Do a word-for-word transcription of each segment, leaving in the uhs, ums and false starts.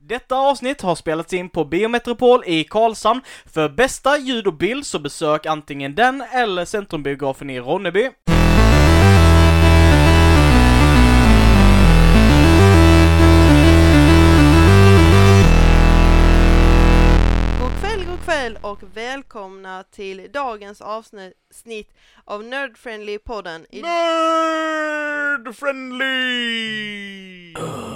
Detta avsnitt har spelats in på Biometropol i Karlshamn. För bästa ljud och bild så besök antingen den eller Centrumbiografen i Ronneby. God kväll, god kväll och välkomna till dagens avsnitt av Nerdfriendly-podden. I- Nerdfriendly!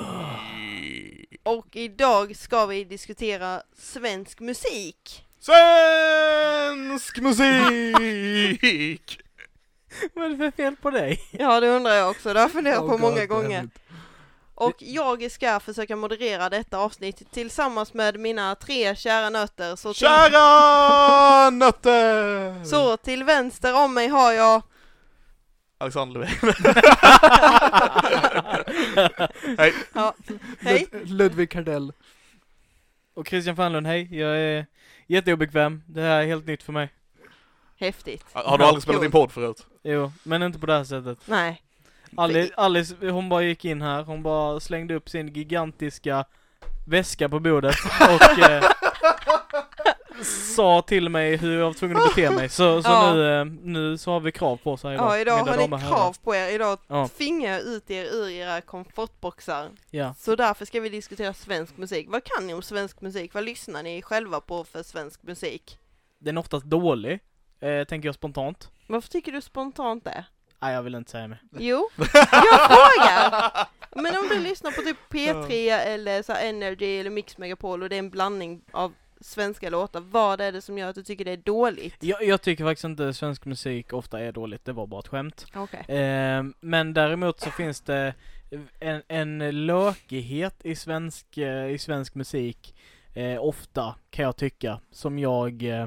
och idag ska vi diskutera svensk musik. Svensk musik! Vad är det för fel på dig? Ja, det undrar jag också. Det har jag funderat Oh på God, många gånger. damn it. Och jag ska försöka moderera detta avsnitt tillsammans med mina tre kära nötter. Så till, Kära nötter! så till vänster om mig har jag... Alexander Löfven. Hej. Ja, hej. Lud- Ludvig Kardell. Och Christian Fanlund, hej. Jag är jätteobekväm. Det här är helt nytt för mig. Häftigt. Har du aldrig spelat in podd förut? Jo, men inte på det här sättet. Nej. Alice, Alice, hon bara gick in här. Hon bara slängde upp sin gigantiska väska på bordet och eh, sa till mig hur jag var tvungen att bete mig. Så, så Ja. nu, eh, nu så har vi krav på oss här idag. Ja, idag mina har damer ni och krav herrar. på er. Idag Ja. tvingar jag ut er ur era komfortboxar. Ja. Så därför ska vi diskutera svensk musik. Vad kan ni om svensk musik? Vad lyssnar ni själva på för svensk musik? Den är oftast dålig, eh, tänker jag spontant. Varför tycker du spontant det? Nej, jag vill inte säga mer. Jo, jag frågar! Men om du lyssnar på typ P tre eller så här Energy eller Mix Megapol och det är en blandning av svenska låtar, vad är det som gör att du tycker det är dåligt? Jag, jag tycker faktiskt inte svensk musik ofta är dåligt, det var bara ett skämt. Okej. Eh, men däremot så finns det en, en lökighet i svensk, eh, i svensk musik, eh, ofta kan jag tycka, som jag... Eh,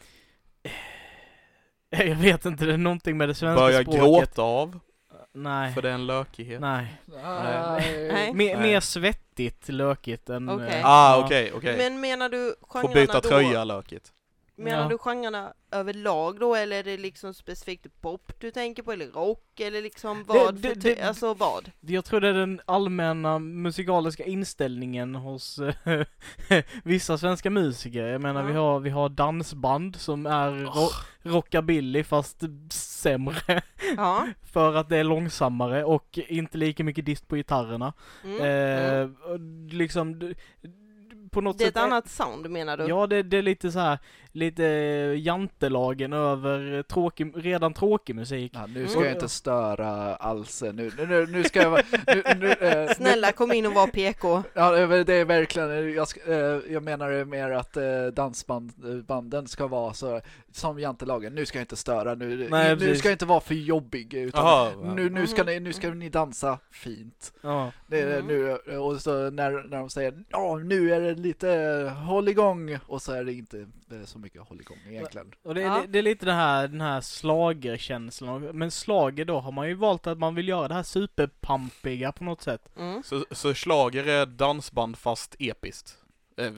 jag vet inte, det är någonting med det svenska Börjar språket. gråta av, Nej, för det är en lökighet. nej. Nej. Mer, Nej. mer svettigt lökigt än... Okej. eh, Ah, ja. okej, okej. Men menar du Får genrerna byta då? tröja lökigt. Menar Ja. du genrerna överlag då, eller är det liksom specifikt pop du tänker på, eller rock, eller liksom vad? det- för det- ty- det- alltså vad? Jag tror det är den allmänna musikaliska inställningen hos eh, vissa svenska musiker. Jag menar, Ja. vi har vi har dansband som är ro- rockabilly fast sämre Ja. för att det är långsammare och inte lika mycket dist på gitarrerna. Mm. Eh, Mm. och liksom d- d- på något Det är sätt ett annat sound menar du? Ja, det, det är lite så här lite jantelagen över tråkig, redan tråkig musik. Ja, nu ska Mm. jag inte störa alls. Nu, nu, nu ska jag vara... Nu, nu, eh, Snälla, kom in och var P K. Ja, det är verkligen, jag, ska, eh, jag menar mer att eh, dansbanden ska vara så som jantelagen. Nu ska jag inte störa, nu, Nej, nu precis. ska jag inte vara för jobbig, utan Aha, nu, nu, ska Mhm. ni, nu ska ni dansa fint. Ja. Det är Mhm. nu, och så när, när de säger ja, nu är det lite håll igång, och så är det inte eh, så mycket håll igång egentligen. Och det är, Ja. det är lite den här, den här slagerkänslan. Men slager då har man ju valt att man vill göra det här superpampiga på något sätt. Mm. Så, så slager är dansband fast episkt. Eh,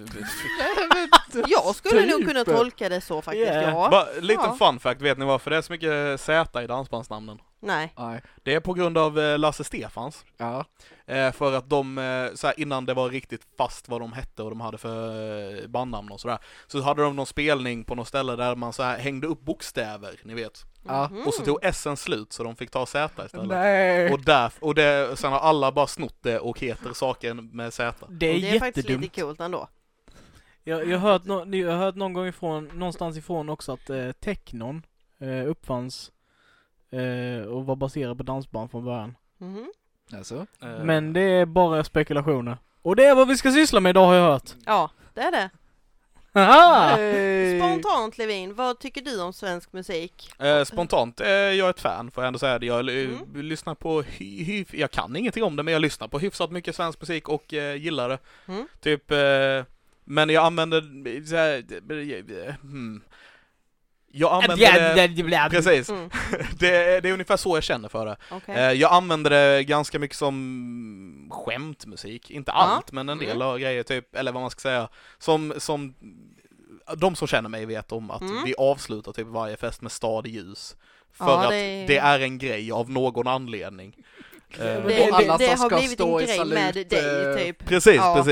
Jag skulle nog Typ. kunna tolka det så faktiskt, Yeah. ja. Bara, liten Ja. fun fact, vet ni varför det är så mycket Z i dansbandsnamnen? Nej. Nej. Det är på grund av eh, Lasse Stefans. Ja. Eh, för att de, eh, så här, innan det var riktigt fast vad de hette och de hade för eh, bandnamn och sådär, så hade de någon spelning på något ställe där man så här hängde upp bokstäver, ni vet. Ja. Mhm. Och så tog S slut så de fick ta Z istället. Nej. Och, där, och det, sen har alla bara snott det och heter saken med Z. Det är, Det är faktiskt jättedumt. lite coolt ändå. Jag, jag, har hört no, jag har hört någon gång ifrån, någonstans ifrån också att eh, technon eh, uppfanns eh, och var baserad på dansband från början. Mhm. Alltså. Eh, Men det är bara spekulationer. Och det är vad vi ska syssla med idag, har jag hört. Ja, det är det. Haha! Hey. Spontant, Levin, vad tycker du om svensk musik? Eh, spontant är jag ett fan, får jag ändå säga det. Jag eh, Mm. lyssnar på hy- hy- jag kan ingenting om det, men jag lyssnar på hyfsat mycket svensk musik och eh, gillar det. Mm. Typ, eh, men jag använder så här, eh, hmm. Jag använder det, precis, Mm. det, är- det är ungefär så jag känner för det. Okej. Eh, jag använder det ganska mycket som skämtmusik, inte Ja. allt, men en del Mm. av grejer, typ, eller vad man ska säga, som, som de som känner mig vet om att Mm. vi avslutar typ varje fest med Stad i ljus. För Ja, att det är- det är en grej av någon anledning. Eh, Det, Och det, alla det som har ska blivit en stå i grej salut, med dig, eh, typ. Precis, Ja. precis.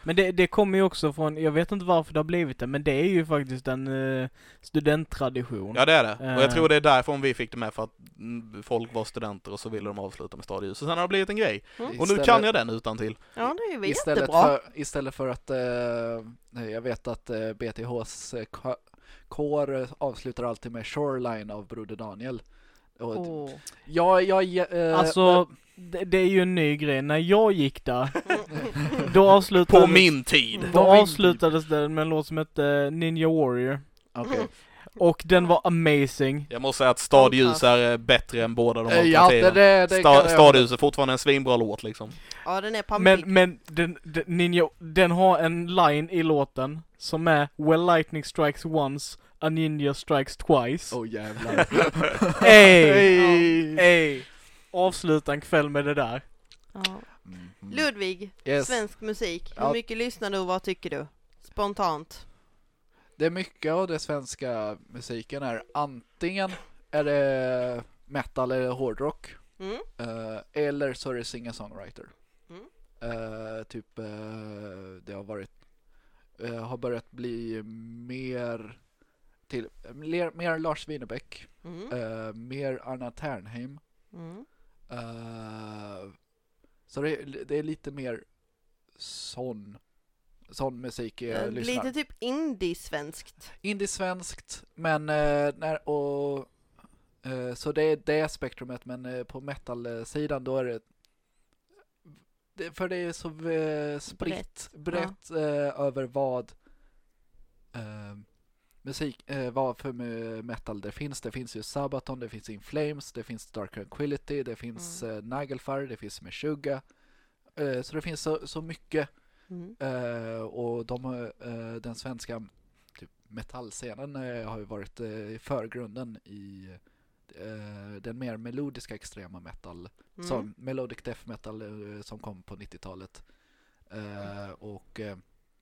Men det, det kommer ju också från, jag vet inte varför det har blivit det, men det är ju faktiskt en uh, studenttradition. Ja, det är det. Uh. Och jag tror det är därifrån vi fick det med, för att folk var studenter och så ville de avsluta med Stadljus. Och sen har det blivit en grej. Mm. Och nu kan jag den utan till. Ja, det är ju Istället jättebra. för, istället för att eh, jag vet att eh, B T H:s eh, ka- kår avslutar alltid med Shoreline av Broder Daniel. Och, Åh. Ja, jag... Eh, Alltså, det, det är ju en ny grej. När jag gick där, då avslutades, På min tid! då På min avslutades den med en låt som hette Ninja Warrior. Okej. Och den var amazing. Jag måste säga att Stadljus är eh, bättre än båda de Eh, ja, det, alternativen. det, det kan Sta- jag- Stadljus är fortfarande en svinbra låt liksom. Ja, den är pampig. Men, men den, den, Ninja, den har en line i låten som är Well lightning strikes once, a ninja strikes twice. Åh jävlar. Ey! Hey. Ey! Avsluta en kväll med det där. Ja. Mm. Ludvig, Yes. svensk musik. Hur Ja. mycket lyssnar du och vad tycker du? Spontant. Det är mycket av det svenska musiken är antingen är det metal eller hårdrock. Mm. Eh, eller så är det singer-songwriter. Mm. Eh, typ eh, det har varit eh, har börjat bli mer till mer, mer Lars Winnerbäck, Mm. eh, mer Anna Ternheim. Mm. Eh, så det, det är lite mer sån sån musik jag Eh, lyssnar. Lite typ indie-svenskt. Indie-svenskt, men eh, när, och eh, så det är det spektrumet, men eh, på metal-sidan då är det, det för det är så eh, spritt, brett eh, över vad eh, musik, eh, vad för mu- metal det finns. Det finns ju Sabaton, det finns In Flames, det finns Dark Tranquillity, det finns Mm. eh, Nagelfar, det finns Meshuggah. Eh, så det finns så, så mycket. Mm. Eh, och de, eh, den svenska typ, metallscenen eh, har ju varit eh, i förgrunden i eh, den mer melodiska extrema metal, Mm. som melodic death metal eh, som kom på nittiotalet. Eh, och eh,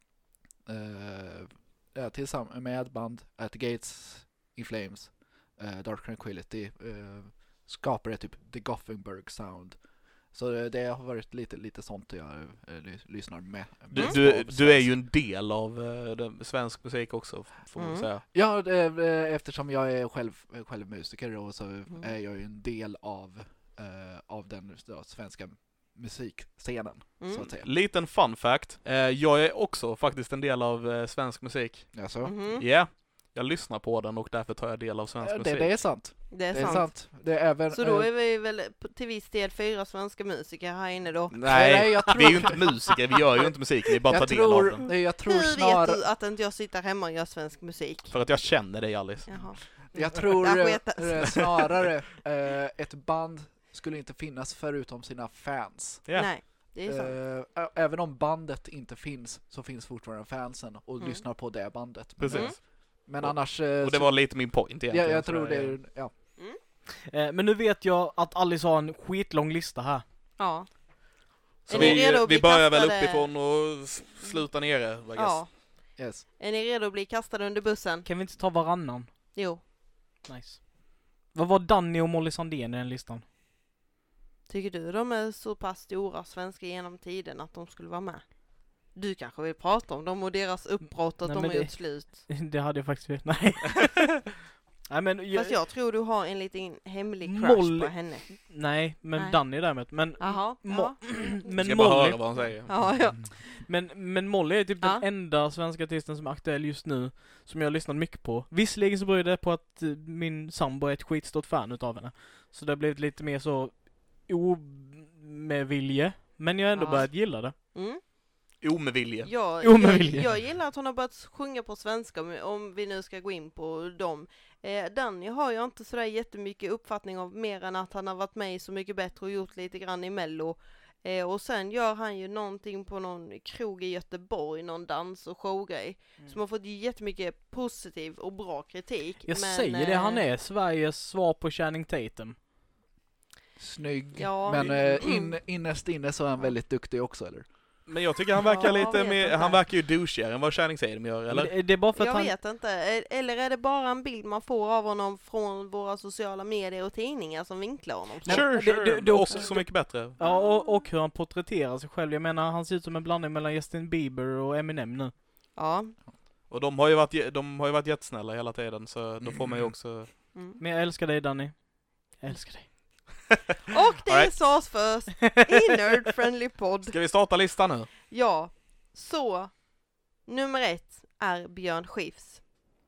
eh, ja, tillsammans med band At the Gates, In Flames, eh, Dark Tranquillity eh, skapar det typ The Gothenburg sound. Så det har varit lite, lite sånt jag eh, ly- lyssnar med. Du, mest du, av du är svensk. ju en del av uh, den, svensk musik också, får man Mm. säga. Ja, det, eh, eftersom jag är själv, själv musiker och så Mm. är jag ju en del av, eh, av den ja, svenska musikscenen, Mm. så att säga. Liten fun fact. Uh, jag är också faktiskt en del av uh, svensk musik. Alltså, Ja, Mhm. yeah. Jag lyssnar på den och därför tar jag del av svensk det, musik. det är sant. Det är Det är sant. sant. Det är även, Så då eh, är vi väl på- till viss del fyra svenska musiker här inne då. Nej, nej, jag vi är ju inte musiker, vi gör ju inte musik, vi bara tar jag del av tror, den. nej, jag tror Hur snarare, vet du att inte jag sitter hemma och gör svensk musik? För att jag känner dig, Alice. Jaha. jag tror Jag eh, sketas. eh, snarare eh, ett band skulle inte finnas förutom sina fans. Yeah. Nej, det är sant. Eh, ä- även om bandet inte finns så finns fortfarande fansen och Mm. lyssnar på det bandet. Men, Precis. Mm. men Och- annars... eh, Och det så- var lite min point egentligen. ja, jag så tror det är- är... Ja. Eh, men nu vet jag att Alice har en skitlång lista här. Ja. Så Är ni vi, redo att bli vi börjar väl kastade- uppifrån och s- slutar nere, I guess. Ja. Yes. Är ni redo att bli kastade under bussen? Kan vi inte ta varannan? Jo. Nice. Vad var Danny och Molly Sandén i den listan? Tycker du de är så pass stora svenska genom tiden att de skulle vara med? Du kanske vill prata om dem och deras uppbrott att Nej, de men har det- gjort slut. Det hade jag faktiskt vet. Nej. Nej men jag, Fast jag tror du har en liten hemlig crush Molly- på henne. nej, men Nej. Danny däremot. Men Jaha. Mo- Ja. men Ska bara höra Molly, vad han säger. Ja, ja. men, men Molly är typ Ja. den enda svenska artisten som är aktuell just nu som jag har lyssnat mycket på. Visserligen så beror det på att eh, min sambo är ett skitstort fan utav henne. Så det har blivit lite mer så o med vilje. Men jag har ändå Ja. börjat gilla det. Mm. Jo, med vilja. Jag, Jo, men jag, vilja. jag gillar att hon har börjat sjunga på svenska, men om vi nu ska gå in på dem. Eh, Danny har jag inte sådär jättemycket uppfattning av, mer än att han har varit med i Så mycket bättre och gjort lite grann i Mello. Eh, och sen gör han ju någonting på någon krog i Göteborg, någon dans- och showgrej, Mm. som har fått jättemycket positiv och bra kritik. Jag men, säger det, han eh, är Sveriges svar på Channing Tatum. Snygg. Ja. Men eh, Mm. in, innerst inne så är han väldigt duktig också, eller? Men jag tycker han verkar Ja, lite vet mer, inte. han verkar ju douchigare än vad Channing Tatum gör, eller? Det, det är bara för att Jag han... vet inte. E- Eller är det bara en bild man får av honom från våra sociala medier och tidningar som vinklar honom? Nej, Sure, det- sure. det- det är och också- så mycket bättre. Ja, och, och hur han porträtterar sig själv. Jag menar, han ser ut som en blandning mellan Justin Bieber och Eminem nu. Ja. Och de har ju varit, jä- de har ju varit jättesnälla hela tiden, så då får man ju också... Mm. Men jag älskar dig, Danny. Jag älskar dig. Och det Alright. sades först i Nerd Friendly Podd. Ska vi starta listan nu? Ja, så nummer ett är Björn Skifs.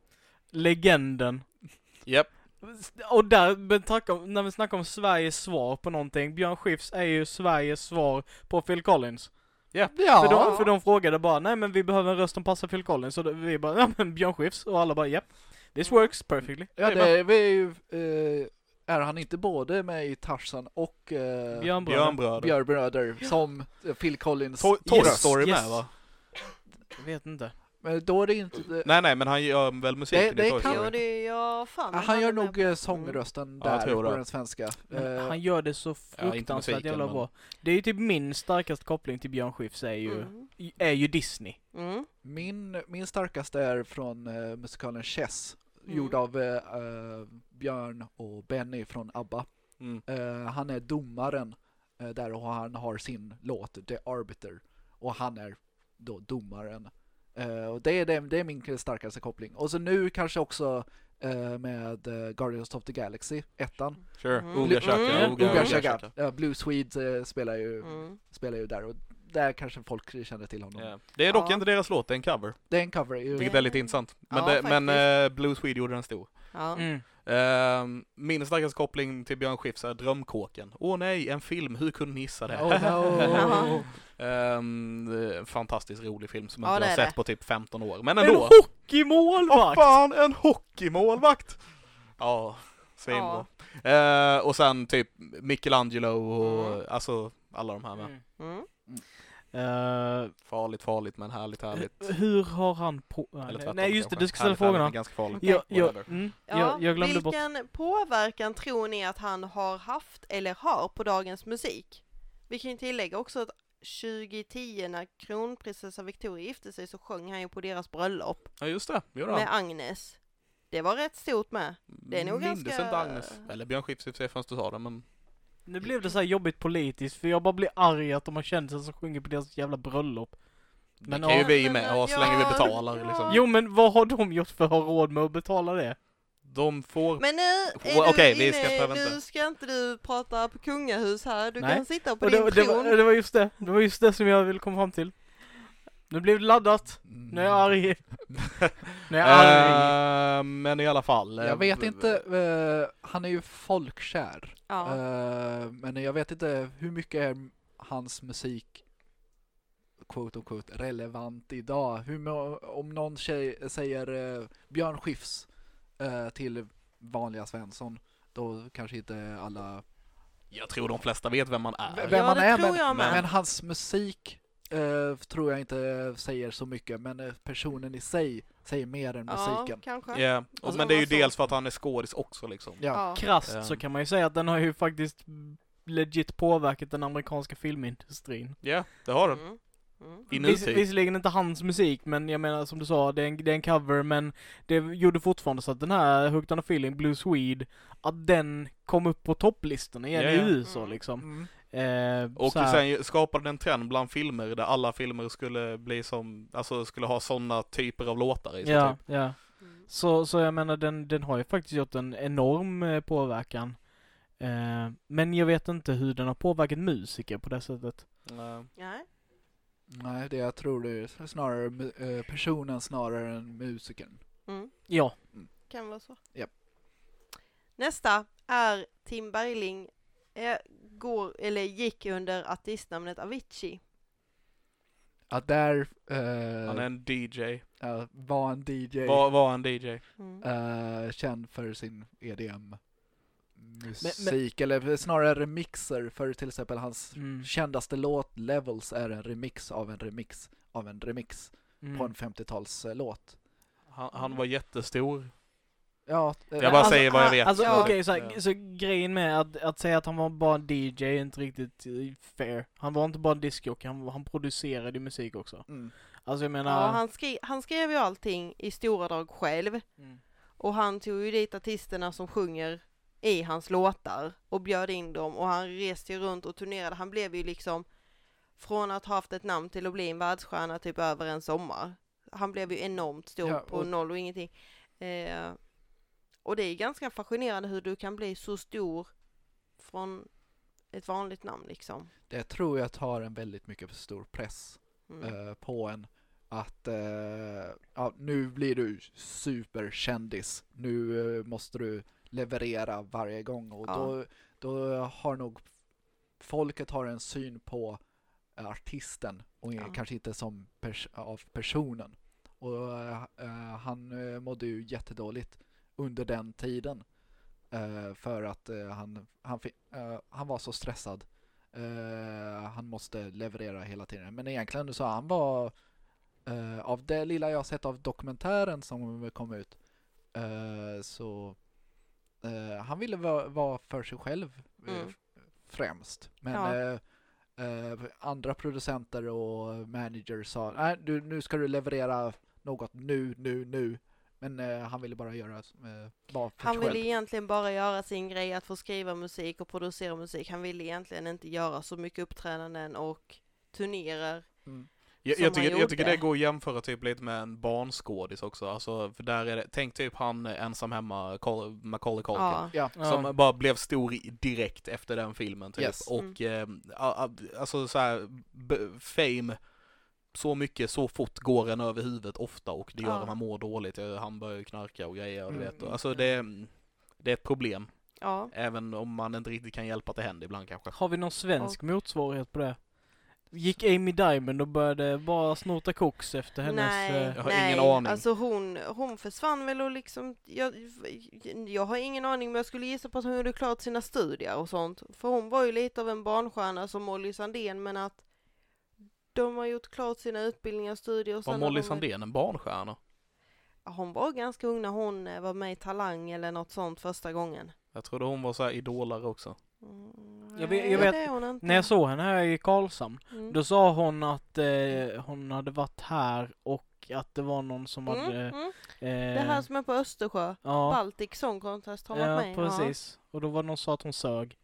Legenden. Japp. Och där, betacka, när vi snackar om Sveriges svar på någonting, Björn Skifs är ju Sveriges svar på Phil Collins. Ja, För, de, för de frågade bara, nej men vi behöver en röst som passar Phil Collins. Så då, vi bara, ja men Björn Skifs. Och alla bara, japp. This works perfectly. ja det är, vi är ju, eh, är han inte både med i Tarzan och eh, Björn Bröder. Björnbröder. Björnbröder som eh, Phil Collins To- Toy Yes, Story yes. med, va? Jag vet inte. Men då är det inte det, Nej, nej, men han gör väl musiken Det- det i Toy kan- Story? Jo, det är jag fan. han gör är nog med eh, på. sångrösten Ja, jag där tror på det. den svenska. Men Eh, han gör det så Ja, inte fruktansvärt musiken, jävla men- bra. Det är ju typ min starkaste koppling till Björn Skifs är ju, Mm. är ju Disney. Mm. min, min starkaste är från eh, musikalen Chess, Mm. gjord av eh, eh, Björn och Benny från ABBA. Mm. Eh, han är domaren eh, där och han har sin låt The Arbiter och han är då domaren. Eh, och det är, det, det är min starkaste koppling. Och så nu kanske också eh, med eh, Guardians of the Galaxy, ettan. Sure. Mm. Oga Chaka, Mm. Oga, Uga Oga Chaka. Chaka. Ja, Blue Swede eh, spelar, ju, Mm. spelar ju där och där kanske folk känner till honom. Ja. Det är dock Ja. inte deras låt, det är en cover. Det är en cover. Ju. Vilket är lite intressant. Men, Ja, det, men faktiskt. eh, Blue Swede gjorde den stor. Ja. Mm. Ehm, min starkaste koppling till Björn Skifs är Drömkåken. Åh nej, en film, hur kunde ni gissa det? Oh, no. Ehm, det är en fantastiskt rolig film som Ja, jag inte det har är sett det. på typ femton år. Men En ändå. hockeymålvakt! Åh fan, en hockeymålvakt! Ja, svinbra. Eh, och sen typ Michelangelo och Mm. alltså alla de här med. Mm. Mm. Eh, Farligt, farligt men härligt, härligt. hur har han på... Eller tvärtom, Nej just det, kanske. du ska ställa Härligt, härligt, frågorna. men ganska farligt. Jag, jag, Whatever. mm, Ja, jag, jag glömde bort. vilken påverkan tror ni att han har haft eller har på dagens musik? Vi kan ju tillägga också att tjugohundratio när kronprinsessa Victoria gifte sig så sjöng han ju på deras bröllop Ja just det, gör med det. Agnes. Det var rätt stort med. Det är nog Mindes ganska- inte Agnes. Eller Björn Skifs i och för sig förrän du sa det, men Nu blev det så här jobbigt politiskt för jag bara blir arg att de har kändisar som sjunger på deras jävla bröllop. det Men kan ju ja. vi med ha så Ja, länge vi betalar ja. liksom. Jo men vad har de gjort för att ha råd med att betala det? De får... Men nu är Okej, okay, vi du ska inne, pröva inte. nu ska inte du prata på kungahus här. Du Nej. kan sitta på Och din det, det, tron. var, det var just det. Det var just det som jag ville komma fram till. Nu blev det laddat. Nu är jag arg. Nu är jag arg. Eh, men i alla fall. eh, Jag vet inte, eh, han är ju folkkär. Ja. Eh, men jag vet inte hur mycket är hans musik quote on quote relevant idag. Hur, må- om någon tjej säger eh, Björn Skifs eh, till vanliga Svensson, då kanske inte alla Jag tror de flesta vet vem man är. vem Ja, man det är, tror men, jag med. men hans musik eh, tror jag inte säger så mycket, men eh, personen i sig säger mer än Ja, musiken. kanske. Ja, och, Alltså, men det är ju vad så- dels för att han är skådis också liksom. Ja. Ja. Krasst Ja. så kan man ju säga att den har ju faktiskt legit påverkat den amerikanska filmindustrin. Ja, det har den. Mm. Mm. I Vis, nutid. visserligen inte hans musik, men jag menar som du sa, det är en, det är en cover, men det gjorde fortfarande så att den här Hooked on a Feeling, Blue Swede, att den kom upp på topplistorna igen Ja, i ja. U S A Mm. liksom. Mm. Eh, Och så här- sen skapade den trend bland filmer där alla filmer skulle bli som, alltså skulle ha sådana typer av låtar i sig ja, typ. ja. Mm. Så, så jag menar, den, den har ju faktiskt gjort en enorm eh, påverkan. Eh, men jag vet inte hur den har påverkat musiker på det sättet. Nej. Nej. Nej, det jag tror det är snarare mu- eh, personen snarare än musikern. Mm. Ja. Kan vara så. Japp. Nästa är Tim Bergling. Eh, går, eller gick under artistnamnet Avicii. Att där eh, Han är en D J. ja, var en D J Var, var en D J. Mm. eh, känd för sin E D M Men- musik, eller snarare remixer, för till exempel hans Mm. kändaste låt Levels är en remix av en remix av en remix Mm. på en femtiotalslåt. Han, han var jättestor. Ja, Jag bara Alltså, säger vad jag han- vet. Alltså Ja. okej, så, Ja. så grejen med att, att säga att han var bara en D J är inte riktigt eh, fair. Han var inte bara en discjockey, han, han producerade ju musik också. mm. Alltså jag menar... Ja, han, skri- han skrev ju allting i stora drag själv. Mm. Och han tog ju dit artisterna som sjunger i hans låtar och bjöd in dem. Och han reste ju runt och turnerade. Han blev ju liksom från att ha haft ett namn till att bli en världsstjärna typ över en sommar. Han blev ju enormt stor Ja, på och- noll och ingenting. Eh, och det är ganska fascinerande hur du kan bli så stor från ett vanligt namn liksom. Det tror jag tar en väldigt mycket för stor press Mm. eh, på en. Att eh, ja, nu blir du superkändis. Nu eh, måste du leverera varje gång. Och Ja. då, då har nog folket har en syn på artisten och Ja. kanske inte som pers- av personen. Och eh, han eh, mådde ju jättedåligt under den tiden. Eh, för att eh, han, han, fi- eh, han var så stressad. Eh, han måste leverera hela tiden. Men egentligen så han var eh, av det lilla jag sett av dokumentären som kom ut eh, så eh, han ville vara, vara för sig själv eh, Mm. främst. Men Ja. eh, eh, andra producenter och managers sa nej, du, nu ska du leverera något nu, nu, nu. Men eh, han ville bara göra eh, bara för Han sig ville själv. egentligen bara göra sin grej att få skriva musik och producera musik. Han ville egentligen inte göra så mycket uppträdanden och turnerar. Mm. Jag, som jag, han tycker, jag tycker gjorde. det går att jämföra typ lite med en barnskådis också. Alltså, för där är det, tänk typ han ensam hemma, Col- Macaulay Culkin. Ja. Ja. Ja. Som bara blev stor i- direkt efter den filmen typ. Yes. Och eh, a- a- alltså så här, b- fame så mycket, så fort går en över huvudet ofta och det gör Ja. att man mår dåligt. Eh, Han börjar ju knarka och grejer, du Mm, vet. mm, Alltså det, det är ett problem. Ja. Även om man inte riktigt kan hjälpa att det händer ibland kanske. Har vi någon svensk motsvarighet på det? Gick Amy Diamond och började bara snorta koks efter hennes... Nej, eh, Jag har nej. ingen aning. Alltså hon, hon försvann väl och liksom, jag, jag har ingen aning men jag skulle gissa på att hon gjorde klart sina studier och sånt. För hon var ju lite av en barnstjärna som Molly Sandén men att de har gjort klart sina utbildningar och studier. Och Var sen Molly har de- Sandén en barnstjärna? Ja, hon var ganska ung när hon eh, var med i Talang eller något sånt första gången. Jag trodde hon var så här idolare också. Mm, Jag vet- nej, jag vet- det är hon inte. När jag såg henne här i Karlshamn, Mm. då sa hon att eh, hon hade varit här och att det var någon som Mm, hade... mm. Eh, Det här som är på Östersjö. ja, Baltic Song Contest har varit ja, med. precis. Och då var det någon som sa att hon sög.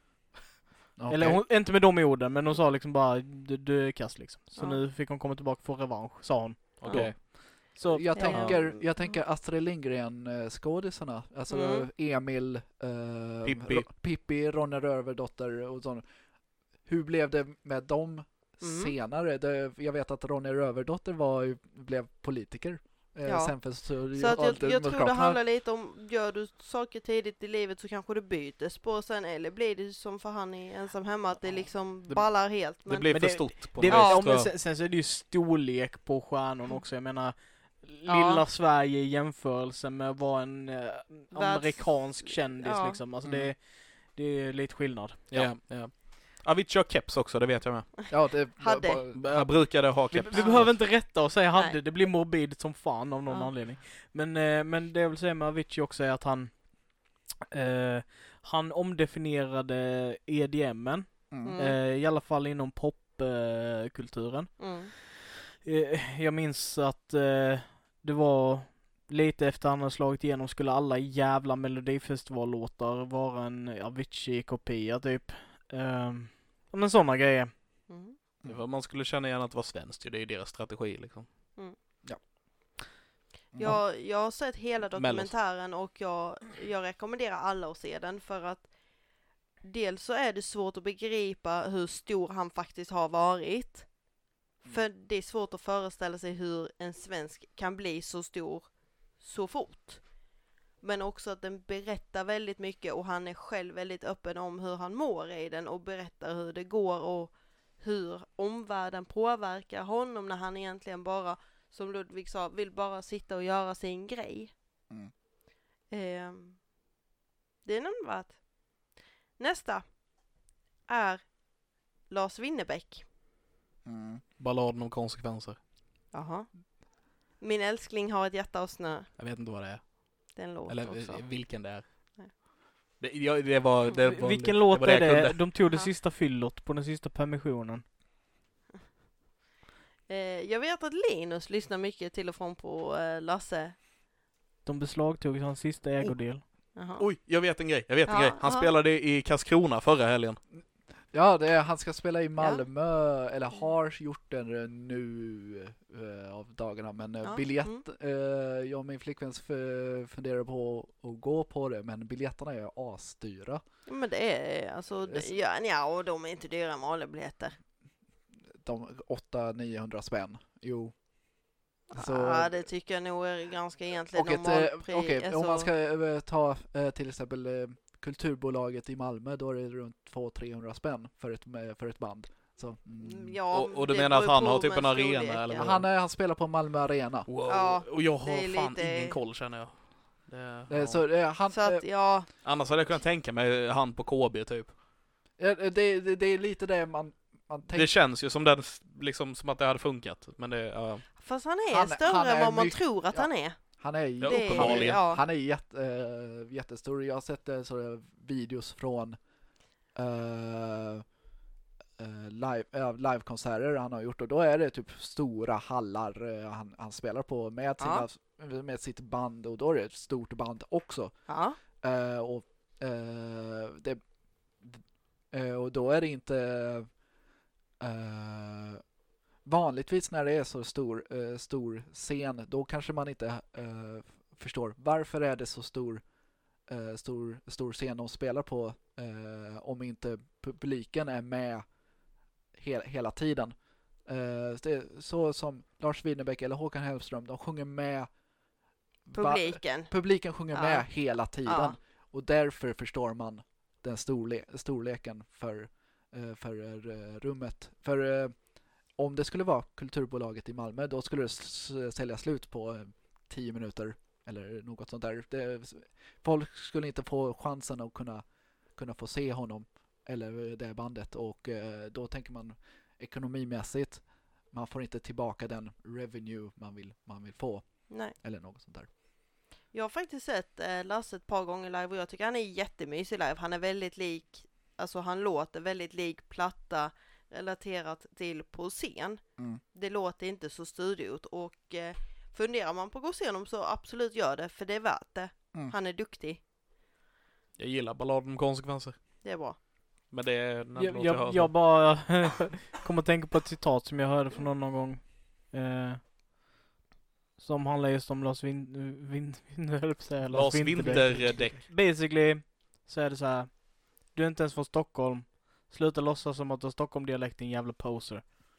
Okej. Eller hon, inte med de orden, men hon sa liksom bara du, du är kass liksom. Så Ja. nu fick hon komma tillbaka och få revansch, sa hon. Okej. Så, Jag Ja. tänker, jag tänker Astrid Lindgren eh, skådisarna, alltså Mm. Emil, eh, Pippi. Ro- Pippi, Ronja Rövardotter och sånt. Hur blev det med dem Mm. senare? Det, jag vet att Ronja Rövardotter var, ju- blev politiker. Eh, Ja. sen för så, Så att jag, jag tror det Moderaterna- handlar lite om, gör du saker tidigt i livet så kanske du byter spår sen, eller blir det som för han i ensam hemma, att det liksom Det- ballar helt. Det Men, blir Men för det- stort på det, något ja, vis, men tror jag. sen, sen så är det ju storlek på stjärnorna Mm. också. Jag menar, Ja. lilla Sverige i jämförelse med att vara en eh, amerikansk kändis Ja. liksom. Alltså Mm. det, det är lite skillnad. Ja, ja. Avicii har keps också, det vet jag med. Ja, det Hade. bara- Jag brukade ha Vi, keps. vi Ja. behöver inte rätta och säga hade, Nej. det blir morbid som fan av någon Ja. anledning. Men, eh, men det jag vill säga med Avicii också är att han eh, han omdefinierade E D M:en, Mm. Mm. eh, i alla fall inom popkulturen. Eh, kulturen. mm. Eh, jag minns att eh, det var lite efter han hade slagit igenom skulle alla jävla melodifestivallåtar vara en Avicii-kopia typ. Eh, men sådana grejer. Mm. Det var- Man skulle känna igen att det var svenskt ju, det är ju deras strategi liksom. Jag, jag har sett hela Mellos. dokumentären och jag, jag rekommenderar alla att se den för att dels så är det svårt att begripa hur stor han faktiskt har varit. För det är svårt att föreställa sig hur en svensk kan bli så stor så fort. Men också att den berättar väldigt mycket och han är själv väldigt öppen om hur han mår i den och berättar hur det går och hur omvärlden påverkar honom när han egentligen bara, som Ludvig sa, vill bara sitta och göra sin grej. Mm. Ehm, det är nämnvärt. Nästa är Lars Winnerbäck. Mm. Balladen om konsekvenser. Jaha. Min älskling har ett hjärta av snö. Jag vet inte vad det är. Det är en låt Eller också. vilken det är. Nej. Det, ja, det var, det var, Vilken det, låt det var är jag det? kunde. De tog det Ja. sista fyllot på den sista permissionen. Eh, jag vet att Linus lyssnar mycket till och från på eh, Lasse. De beslagtog hans sista ägodel. Jaha. Oj, jag vet en grej. Jag vet en Ja, grej. Han ja. spelade i Karlskrona förra helgen. Ja, det är, han ska spela i Malmö, eller har gjort det nu eh, av dagarna, men eh, Ja, biljett, mm. eh, jag och min flickvän f- funderar på att gå på det, men biljetterna är asdyra. Ja, men det är alltså, Det är s- ja, ja, och de är inte dyra med vanliga-biljetter. De åtta till niohundra spänn, jo. Så, Ja, det tycker jag nog är ganska egentligen och ett, normalt eh, pris. okej, alltså, om man ska eh, ta eh, till exempel eh, Kulturbolaget i Malmö, då är det runt två till trehundra spänn för ett, med- för ett band. Så, mm. ja, Och- och du det menar att beror han på har typ med en arena, storleken. eller vad? han, är, han spelar på Malmö Arena. Wow. Ja, och jag har det är fan lite- ingen koll, känner jag. Det, Eh, ja. Så eh, han, Så att, eh, ja, Annars hade jag kunnat tänka mig han på K B typ. eh, det, det, det är lite det man, man tänker. Det känns ju som, den, liksom, som att det hade funkat. Men det, ja. fast han är Han- större han är än vad man mycket- tror att ja. han är. Han är, Ja, Det är- uppenbarligen. ja. han är jätte, äh, jättestor. Jag har sett äh, så videos från äh, äh, live, äh, livekonserter han har gjort, och då är det typ stora hallar äh, han, han spelar på med, sina, med sitt band, och då är det ett stort band också. Ja, Äh, och, äh, det, äh, och då är det inte äh, vanligtvis när det är så stor, äh, stor scen, då kanske man inte äh, förstår varför är det så stor, äh, stor, stor scen de spelar på äh, om inte publiken är med he- hela tiden. Äh, det är så som Lars Winnerbäck eller Håkan Hellström, de sjunger med va- publiken. publiken sjunger Ja. med hela tiden. Ja. Och därför förstår man den storle- storleken för, eh, för eh, rummet. För eh, om det skulle vara Kulturbolaget i Malmö, då skulle det s- sälja slut på eh, tio minuter eller något sånt där. Det, folk skulle inte få chansen att kunna, kunna få se honom eller det bandet, och eh, då tänker man ekonomimässigt, man får inte tillbaka den revenue man vill, man vill få Nej. eller något sånt där. Jag har faktiskt sett eh, Lasse ett par gånger live och jag tycker han är jättemysig live. Han är väldigt lik, alltså han låter väldigt lik platta relaterat till på scen. Mm. Det låter inte så studiot, och eh, funderar man på att gå och se honom så absolut gör det, för det är värt det. Mm. Han är duktig. Jag gillar balladen om konsekvenser. Det är bra. Men det är den Jag, låt jag jag, hör. jag bara kommer att tänka på ett citat som jag hörde från någon, någon gång. Eh, som handlar just om Lars Vin... Vin, Vin höll jag på att säga, Lars Vinterdäck. Vinterdäck. Basically så är det så här. Du är inte ens från Stockholm. Sluta låtsas som att du har Stockholm-dialekt, din jävla poser.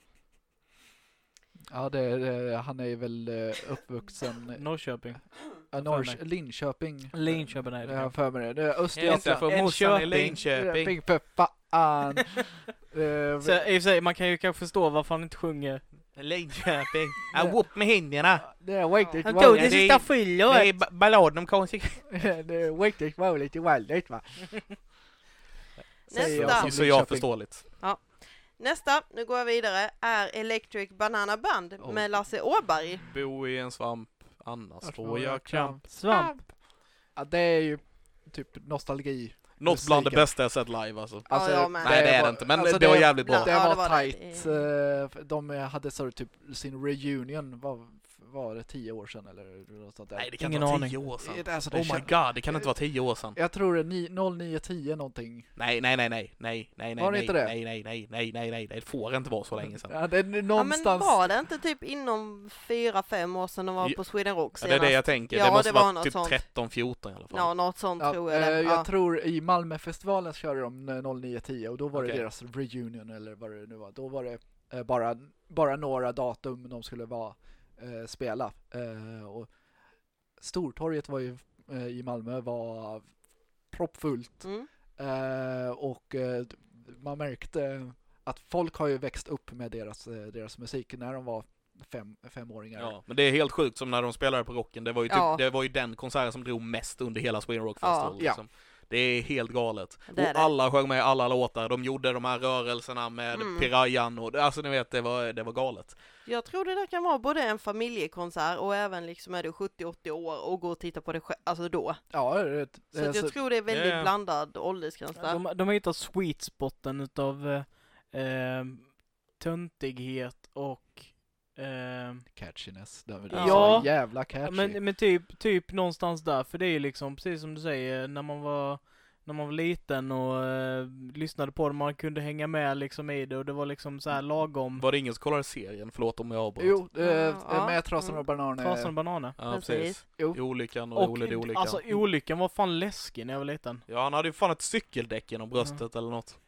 Ja, det, det, han är väl eh, uppvuxen Norrköping. äh, Norr, Linköping. Linköping är det. Jag har för mig det. Det är Jag Östergötland. heter för morsan i Linköping. Linköping för fan. Eh, Så, i och för sig, man kan ju kanske förstå varför han inte sjunger. Linköping. Jag upp med händerna. det är riktigt Han tog tog det det sista sista Det fyllåret. är ba- balladen om konsekvenser. det är riktigt vanligt i vanligt, va? Säger jag Nästa. som Så jag Linköping. förståeligt. Nästa, nu går jag vidare, är Electric Banana Band Oh. med Lasse Åberg. Bo i en svamp, annars Annars får jag kramp. Svamp. Ja, det är ju typ nostalgi. Något bland det Musiken. bästa jag sett live alltså. Alltså, jag med. Nej det är det var- inte, men alltså, det var jävligt bra. Det Ja, var, det var det. tight. eh, De hade så typ sin reunion, vad var det, tio år sedan eller något sånt där? Nej det kan Ingen inte vara aning. tio år sedan. Det- alltså, det Oh my kän- god, det kan inte vara tio år sedan. Jag tror det är ni- noll nio tio någonting. Nej, nej, nej, nej, nej, nej, nej, Var det nej, inte det? nej, nej, nej, nej, nej, nej, det får inte vara så länge sedan. Ja, det är Ja, men någonstans. var det inte typ inom fyra, fem år sedan de var Ja, på Sweden Rock Ja, senast? det är det jag tänker, Ja, det måste det var vara något typ sånt. tretton fjorton i alla fall. Ja, något sånt Ja, tror jag eh, det. jag Ja. tror i Malmöfestivalen körde de eh, noll nio tio och då var Okej. det deras reunion eller vad det nu var. Då var det eh, bara, bara några datum de skulle vara, eh, spela. Eh, och Stortorget var ju eh, i Malmö var proppfullt. Mm. Eh, och eh, man märkte att folk har ju växt upp med deras, eh, deras musik när de var fem, femåringar. Ja, men det är helt sjukt som när de spelade på Rocken. Det var ju, typ, Ja. det var ju den konserten som drog mest under hela Sweden Rock Festival. Ja. Liksom. Det är helt galet. Det är och det. alla sjöng med i alla låtar. De gjorde de här rörelserna med Mm. pirayan och alltså ni vet, det var, det var galet. Jag tror det där kan vara både en familjekonsert och även liksom är du sjuttio åttio år och går och tittar på det själv, alltså då. Ja, det, Så att jag tror det är väldigt Ja. blandad åldersgräns där. De, de har hittat sweet spoten utav eh, eh, töntighet och eh, catchiness. Det är Ja. så jävla catchy. men, men typ, typ någonstans där, för det är ju liksom precis som du säger, när man var när man var liten och eh, lyssnade på det, man kunde hänga med liksom i det och det var liksom så här lagom. Var det ingen som kollade serien? Förlåt om jag avbröt. Jo, eh, Ja. med Trasan Mm. och bananer. Trasan och bananer. Ja, Precis. precis. Jo. I olyckan och, Och Ole det olyckan. alltså olyckan var fan läskig när jag var liten. Ja, han hade ju fan ett cykeldäck genom bröstet eller något.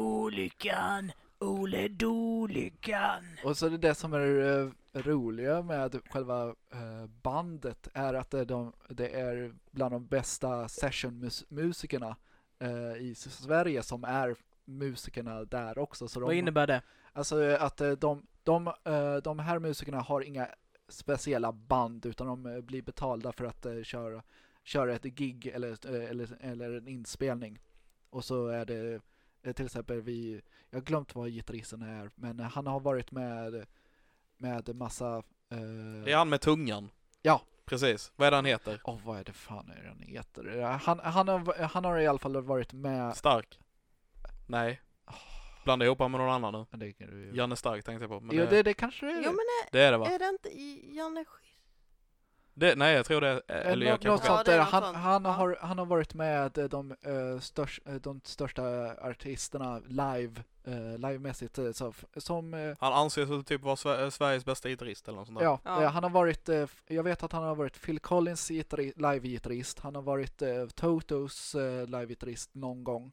Olyckan, Ole Dolyckan. Och så det, det som är eh, roliga med själva eh, bandet är att det, de, det är bland de bästa sessionmusikerna eh, i Sverige som är musikerna där också. Så Vad de, innebär det? Alltså att eh, de, de, eh, de här musikerna har inga speciella band utan de eh, blir betalda för att eh, köra, köra ett gig eller, eh, eller, eller en inspelning. Och så är det eh, till exempel vi, jag har glömt vad gitarristen är, men han har varit med med massa eh, Det är han med tungan. Ja. Precis. Vad är det han heter? Åh, vad är det fan är han heter? Han, han, har, han har i alla fall varit med. Stark? Nej. Blanda ihop han med någon annan nu. Men det, det, Janne Stark tänkte jag på. Men jo, det, det, det kanske är. Jo men är, det är det va? är det inte i Janne Sk- Det, nej, jag tror det är... Eller Nå- jag kan något få Ja, sånt det är där. något Han, sånt. han, Ja. har, han har varit med de, uh, störst, eh, de största artisterna live, uh, livemässigt. eh, Så, som, eh, Han anses väl typ vara Sver- Sveriges bästa gitarrist eller något sånt där. ja, Ja. eh, han har varit, eh, jag vet att han har varit Phil Collins gitarri- live-gitarrist. Han har varit eh, Totos eh, live-gitarrist någon gång.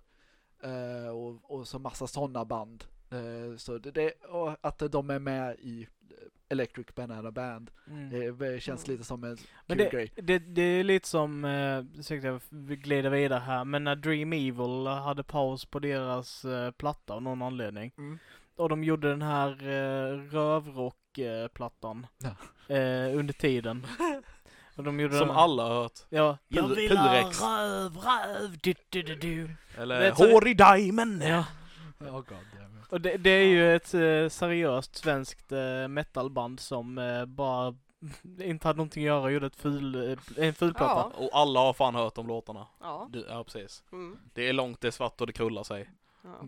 Eh, och, och så massa sådana band. Eh, så det, det, och att de är med i Electric Banana Band. Mm. Det känns Mm. lite som en Men kul det, grej. det, det är lite som, eh, ursäkta jag glider vidare här, men när Dream Evil hade paus på deras eh, platta av någon anledning. Mm. Och de gjorde den här eh, rövrock-plattan Ja. eh, under tiden. Och de gjorde Som den, alla har hört. Ja. Jag Pu- vill ha Purex. röv, röv, du, du, du, du. Eller Vet du- Hår i Diamond. Ja. Oh, God damn it. Och det, det är ju ett eh, seriöst svenskt eh, metalband som eh, bara inte hade någonting att göra och gjorde ett ful, eh, en fulplatta. Ja. Och alla har fan hört de låtarna. Ja. Du, ja, precis. Mm. Det är långt, det är svart och det krullar sig. Ja.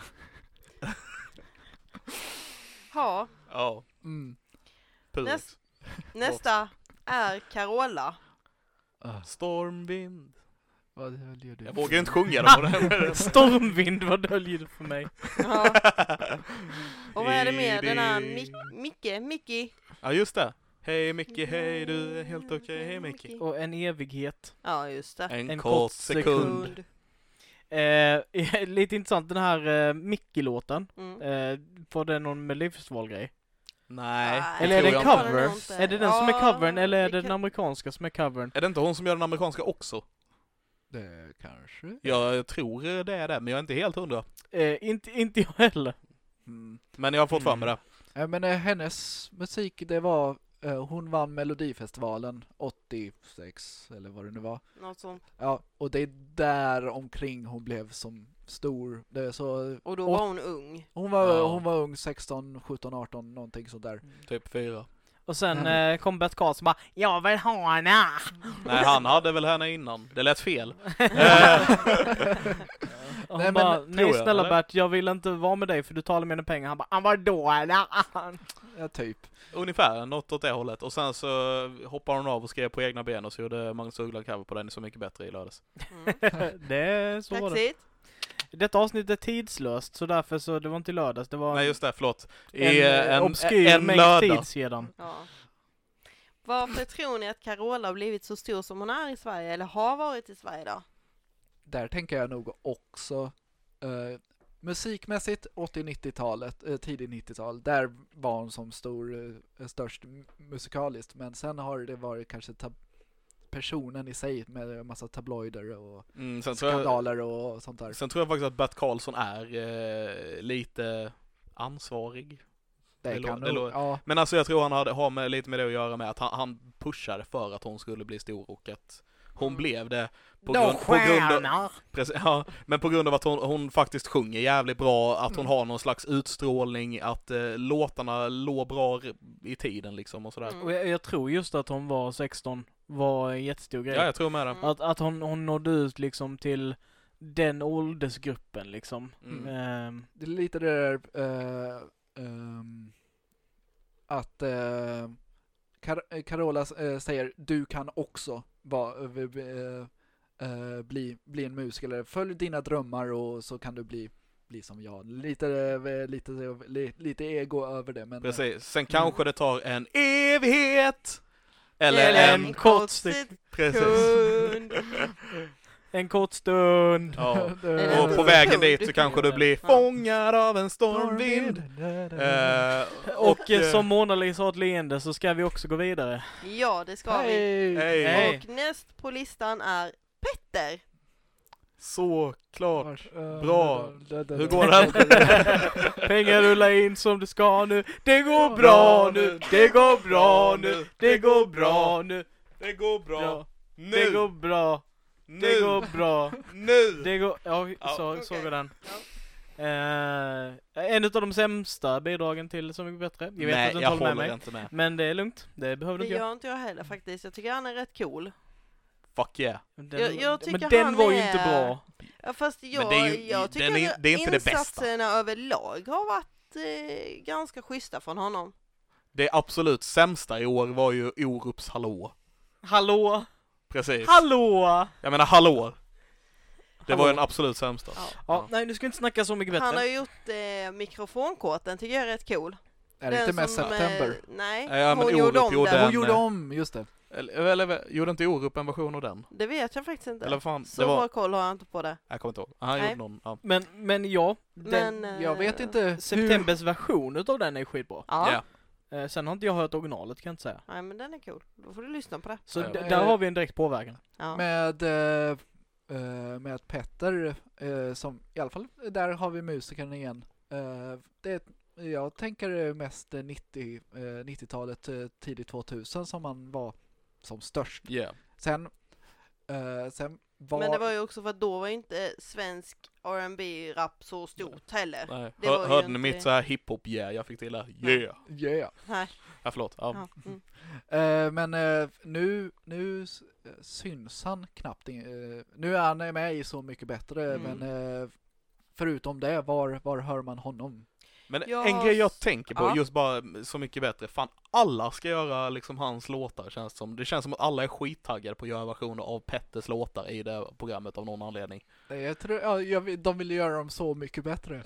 Ja. Ja. Mm. Purex. Näst- Nästa är Carola. Ah, Stormvind. vad gör du? Jag vågar inte sjunga den på den. Stormvind, vad döljer det för mig? Ja. Och vad är det mer? Den här Mic- Micke, Mickey. Ja, just det. Hej Micke, hej du är helt okej. Hej Micke. Och en evighet. Ja, just det. En, En kort, kort sekund. Kund. Eh, lite intressant, den här eh, Mickey-låten. Mm. Eh, var det någon Melodifestivalgrej? Nej. Nej, Eller är tror det jag en inte. cover? det nog inte. Är det den som är Ja, covern eller är det det den kan- amerikanska som är covern? Är det inte hon som gör den amerikanska också? Det kanske. Jag tror det är det, men jag är inte helt hundra. Eh, inte, inte jag heller. Mm. Men jag har fått för mig det. Ja, men eh, hennes musik, det var, eh, hon vann Melodifestivalen åttiosex eller vad det nu var. Något sånt. Ja, och det är där omkring hon blev som stor. Det är så, Och då Och- var hon ung. hon, var, Ja. hon var ung, sexton, sjutton, arton, någonting sånt där. Typ fyra. Och sen Mm. eh, kom Bert Karlsson bara, jag vill ha henne! Nej, han hade väl henne innan. Det lät fel. Och Nej, hon men bara, tror nej jag, snälla eller? Bert, jag vill inte vara med dig för du talar mina pengar. Han bara, han var då eller? Ja, typ. Ungefär, något åt det hållet. Och sen så hoppade hon av och skrev på egna ben och så gjorde Magnus Uggla cover på den Så mycket bättre i lördags. Mm. det är så var det. Kaxigt. Detta avsnitt är tidslöst, så därför så, det var inte lördags, det var Nej just det, förlåt. I en, en, en en, obskyr en mängd lördag. tid sedan. Ja. Varför tror ni att Carola har blivit så stor som hon är i Sverige? Eller har varit i Sverige då? Där tänker jag nog också eh, musikmässigt åttio-nittiotalet, eh, tidigt nittiotal, där var hon som stor, eh, störst m- musikaliskt, men sen har det varit kanske tab- personen i sig med en massa tabloider och Mm, sen, tror jag, skandaler och sånt där. sen tror jag faktiskt att Bert Karlsson är eh, lite ansvarig. Det, det lå- kan det nog, lå- ja, Men alltså jag tror han hade, har med, lite med det att göra med att han, han pushade för att hon skulle bli stor och att hon Hon Mm. blev det på Då grund, på grund av, stjärnor! precis, ja, men på grund av att hon, hon faktiskt sjunger jävligt bra, att hon Mm. har någon slags utstrålning, att eh, låtarna låg bra i tiden liksom och sådär. Mm. Och jag, jag tror just att hon var sexton var en jättestor grej. Ja, jag tror med det. Mm. Att, att hon, hon nådde ut liksom till den åldersgruppen liksom. Mm. Ehm, Det är lite det där eh, ehm, att eh, Car- Carola eh, säger du kan också vara, eh, eh, bli, bli en musiker. Följ dina drömmar och så kan du bli, bli som jag. Lite, eh, lite, lite, lite ego över det. Men, Precis. Sen kanske det tar en evighet! Eller Eller en... en kort stund. Precis. sekund. en kort stund. Ja. Eller Och en på vägen sekund. dit så kanske du blir Ja. fångad av en stormvind. Eh, Och, eh, eh, som Mona Lisa har ett leende så ska vi också gå vidare. Ja, det ska vi. Hej! Hej. Hej. Och näst på listan är Petter. Så klart. Bra. Hur Hur går den? Pengar rullar in som det ska nu. Det går bra nu. Det går bra nu. Det går bra nu. Det går bra. Ja. Nu. Det går bra. Det nu. går bra. Nu. Det går... Ja, Ja, så, okej. så går den. Eh, en av de sämsta bidragen till Så mycket bättre. Jag vet Nej, att du inte jag håller med håller mig. inte med. Men det är lugnt. Det behöver du Det inte göra. gör inte jag heller faktiskt. Jag tycker han är rätt cool. Fuck yeah. Den, Jag- jag tycker men den han var ju är- inte bra. Ja, fast jag, det är ju- jag tycker den är- att det är inte det bästa. insatserna överlag har varit eh, ganska schyssta från honom. Det absolut sämsta i år var ju Orups hallå. Hallå? Precis. Hallå? Jag menar hallå. Det Hallå. var ju den absolut sämsta. Ja. Ja, nej, nu ska vi inte snacka så mycket bättre. Han har ju gjort eh, mikrofonkåten, tycker jag är rätt cool. Är det inte med som, eh, September? nej, Ja, men hon gjorde Orup om gjorde den. en- Hon gjorde om, just det. Eller, eller gjorde inte Orup en version av den? Det vet jag faktiskt inte. Eller vad fan, Så det var... bra koll har jag inte på det. Jag kommer inte ihåg. Han Nej. gjorde någon, ja. Men, men ja, den, Men, Jag vet eh, inte hur... Septembers version utav den är skitbra. Ja. Ja. Eh, sen har inte jag hört originalet, kan jag inte säga. Nej, men den är cool. Då får du lyssna på det. Så Ja. d- Eh, där har vi en direkt påverkan. Ja. Med, eh, eh, med Petter, eh, som i alla fall, där har vi musikern igen. Eh, det, jag tänker mest nittio, eh, nittiotalet, eh, tidigt tvåtusen som man var som störst. Yeah. Sen, eh, sen var... Men det var ju också för att då var inte svensk R and B-rap så stort heller. Nej. Det Hör, var ju hörde ni inte- mitt så här hiphop yeah jag fick till där? Yeah. Yeah. Nej. Ja, förlåt. Ja. Ja. Mm. Eh, men eh, nu, nu s- syns han knappt. in- Eh, nu är han med i Så mycket bättre, Mm. men eh, förutom det, var, var hör man honom? Men Ja, en grej jag s- tänker på, ja. just bara Så mycket bättre, fan alla ska göra liksom hans låtar känns det som. Det känns som att alla är skittaggade på att göra versioner av Petters låtar i det programmet av någon anledning. Eh, Jag tror, ja, jag, vill- de vill göra dem så mycket bättre.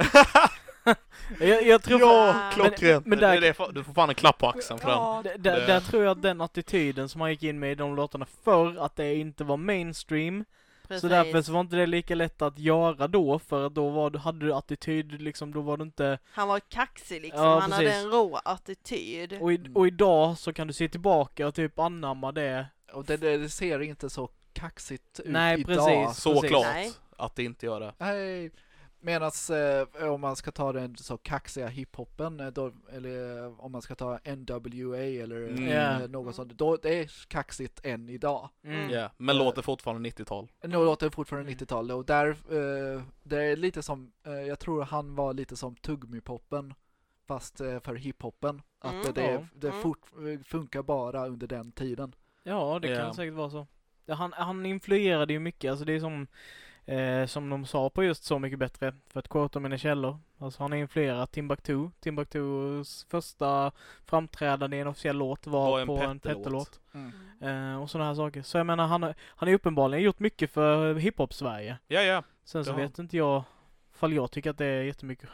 Jag, jag tror... Ja, Men- klockrent. men där- det, det, är fa- du får fan en klapp på axeln för den. Ja. D- där, Det- där tror jag att den attityden som han gick in med i de låtarna förr, att det inte var mainstream. Precis. Så därför så var inte det lika lätt att göra då, för att då var, du- hade du attityd liksom, då var du inte... Han var kaxig liksom. Ja, han precis. hade en rå attityd. Och, i, och idag så kan du se tillbaka och typ anamma det. Och det, det, det ser inte så kaxigt ut Nej, idag. precis. Såklart Nej. att det inte gör det. Nej. Medan eh, om man ska ta den så kaxiga hiphopen, eh, då, eller eh, om man ska ta N W A eller Mm. eh, Ja. något sånt, då det är kaxigt än idag. Mm. Ja, men Eh. låter fortfarande nittiotal. Nu låter det fortfarande Mm. nittiotal och där, eh, det är lite som, eh, jag tror han var lite som Tuggmi-poppen fast eh, för hiphopen. Att Mm. eh, det, Ja. det Mm. fort, funkar bara under den tiden. Ja, det Ja. kan säkert vara så. Ja, han, han influerade ju mycket, alltså det är som eh, som de sa på just Så mycket bättre, för att quota mina källor. Alltså han har influerat Timbuktu. Timbuktus första framträdande i en officiell låt var, Var en på en Petter-låt. Petter-låt. Mm. Eh, och sådana här saker. Så jag menar, han, har- han har ju uppenbarligen gjort mycket för hiphop-Sverige. Ja, ja. Sen så Ja. vet inte jag, fall jag tycker att det är jättemycket.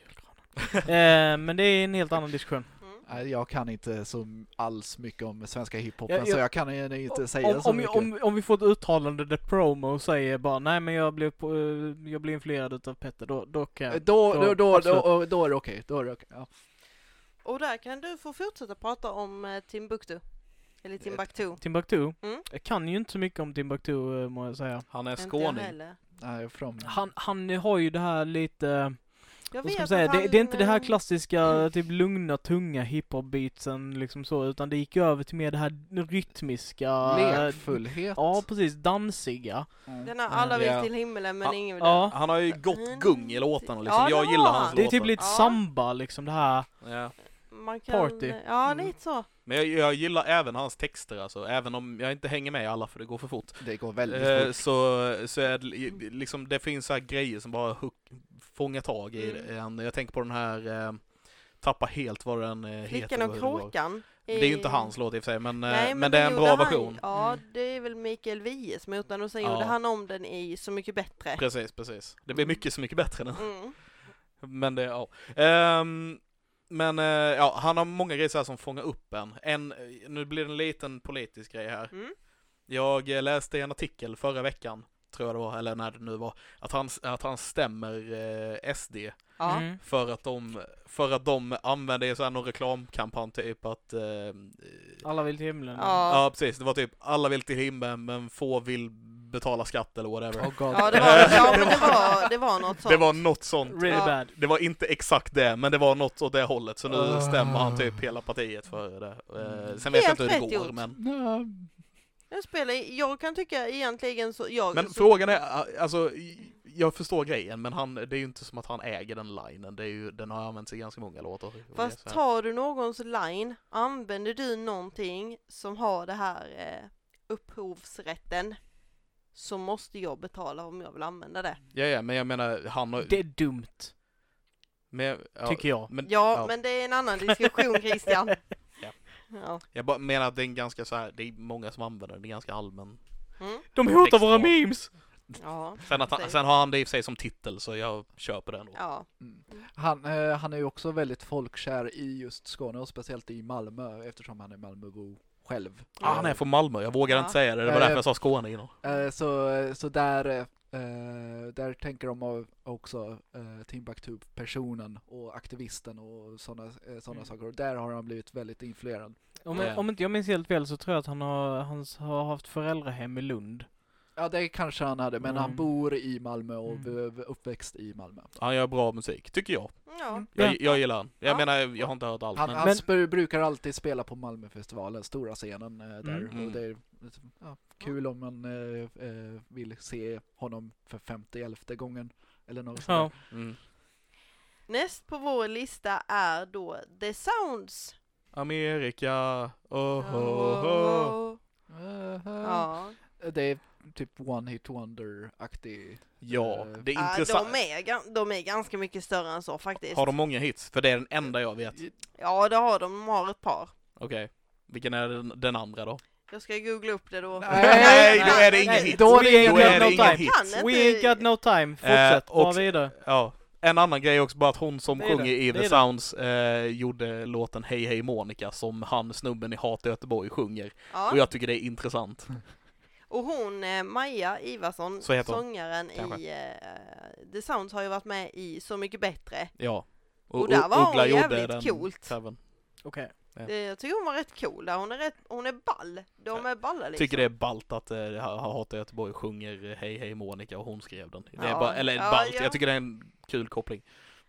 eh, men det är en helt annan diskussion. Mm. Nej, jag kan inte så alls mycket om svenska hiphopen Ja, jag- så jag kan ju inte säga Om, så om, mycket. om, om vi får ett uttalande där promo säger bara nej men jag blev, på, eh, jag blev influerad av Petter, då, då kan jag... då, då, då, då, absolut. då, då är det okej. Då är det okej. Ja. Och där kan du få fortsätta prata om eh, Timbuktu. Eller Timbuktu. Timbuktu? Mm. Jag kan ju inte så mycket om Timbuktu eh, må jag säga. Han är Inte jag skåning. heller. Nej, från... Han, han har ju det här lite Jag Vad ska man vet säga? att Det, han, det är inte det här eh, klassiska typ lugna, tunga hiphop-beatsen liksom så, utan det gick över till mer det här rytmiska. Lekfullhet. Ja, precis. Dansiga. Mm. Den här alla vill Ja. till himmelen men Ja. ingen vill Ja. dö. Han har ju gått gung i låtarna liksom. Ja, det jag har gillar han. hans Det är låtar. typ lite Ja. samba liksom det här. Ja. Man kan, Party. Ja, Mm. lite så. Men jag, jag gillar även hans texter alltså, även om jag inte hänger med i alla för det går för fort. Det går väldigt Eh, fort. så, så är det liksom, det finns så här grejer som bara hook, fångar tag i Mm. en. Jag tänker på den här, eh, tappa helt vad den eh, heter. Flickan och vad det var. kråkan. Det är ju inte hans låt i och för sig, men, eh, Nej, men, det är en gjorde bra han- version. Ja, Mm. det är väl Mikael Wiehe som gjort den och sen Ja. gjorde han om den i Så mycket bättre. Precis, precis. Det blir mycket så mycket bättre nu. Mm. Men det, ja. Ehm, men eh, ja, han har många grejer så här som fångar upp en. en. Nu blir det en liten politisk grej här. Mm. Jag eh, läste en artikel förra veckan, tror jag det var, eller när det nu var, att han, att han stämmer eh, S D Ja. Mm. för att de, för att de använder så här någon reklamkampanj typ att eh, Alla vill till himlen. Ja. ja precis, det var typ alla vill till himlen men få vill betala skatt eller whatever. Oh god. Ja, det var, ja, men det var, det var något sånt. Det var något sånt. Really Ja. bad. Det var inte exakt det, men det var något åt det hållet. Så nu Ah. stämmer han typ hela partiet för det. Eh, Sen Helt vet jag inte hur det rätt går, gjort. men... Ja, Jag spelar, jag kan tycka egentligen så... Jag, Men så, frågan är, alltså, jag förstår grejen, men han, det är ju inte som att han äger den linen. Det är ju, den har använts i ganska många låtar. Fast Så här. tar du någons line, använder du någonting som har det här eh, upphovsrätten, så måste jag betala om jag vill använda det. Ja, ja, men jag menar, han har... Det är dumt, men, ja, tycker jag. Men, Ja, ja. men det är en annan diskussion, Christian. Ja. Ja. Jag bara menar att det är en ganska så här, det är många som använder den, det är ganska allmän. Mm. De hotar Text våra av- memes! Ja. Sen, att han, precis. sen har han det i och för sig som titel, så jag köper den då. Ja. mm. han, eh, han är ju också väldigt folkkär i just Skåne och speciellt i Malmö eftersom han är Malmöbo själv. Ah, han är från Malmö, jag vågar Ja. inte säga det, det var Eh, därför jag sa Skåne innan. Eh, så, så där, eh, där tänker de av- också eh, Timbuktu-personen och aktivisten och sådana eh, såna Mm. saker. Och där har han blivit väldigt influerad. Om, Ja. om inte jag minns helt fel så tror jag att han har, han har haft föräldrahem i Lund. Ja, det kanske han hade, men Mm. han bor i Malmö och Mm. v- v- uppväxt i Malmö. Han gör bra musik, tycker jag. Ja. Jag, Ja. jag gillar han. Jag Ja. menar, jag har inte hört allt, Han, men... han Men- sp- brukar alltid spela på Malmöfestivalen, stora scenen eh, där. Mm. Och det är ja, kul om man eh, eh, vill se honom för femtioelfte gången. Eller något Ja. sånt. Mm. Näst på vår lista är då The Sounds. Amerika, oh, oh, oh. Oh. där. Ja. Det är typ One Hit Wonder-aktig. Ja, det är Ja, intressant. de, är, gan- de är ganska mycket större än så faktiskt. Har de många hits? För det är den enda jag vet. Ja, det har de. De har ett par. Okej. Vilken är den, den andra då? Jag ska googla upp det då. Nej, då är det ingen nej, hit. då är det Då ingen är det no ingen time. hit. Kan inte- We ain't got no time. Fortsätt, Eh, och- bara vidare. Ja. En annan grej också, bara att hon som Det är det, sjunger i det The är det. Sounds eh, gjorde låten Hej Hej Monica som han snubben i Hat i Göteborg sjunger. Ja. Och jag tycker det är intressant. Och hon, eh, Maja Ivarsson, Så heter hon. sångaren Kanske. i eh, The Sounds, har ju varit med i Så mycket bättre. Ja. Och där var hon Uggla gjorde jävligt den coolt. covern. Okej. Ja. Det, jag tycker hon var rätt cool där. Hon är, rätt, hon är ball. De är balla liksom. Tycker det är ballt att eh, Hat i Göteborg sjunger Hej Hej Monica och hon skrev den. Det är Ja. bara, eller Ja, ballt, ja. jag tycker det är en kul koppling.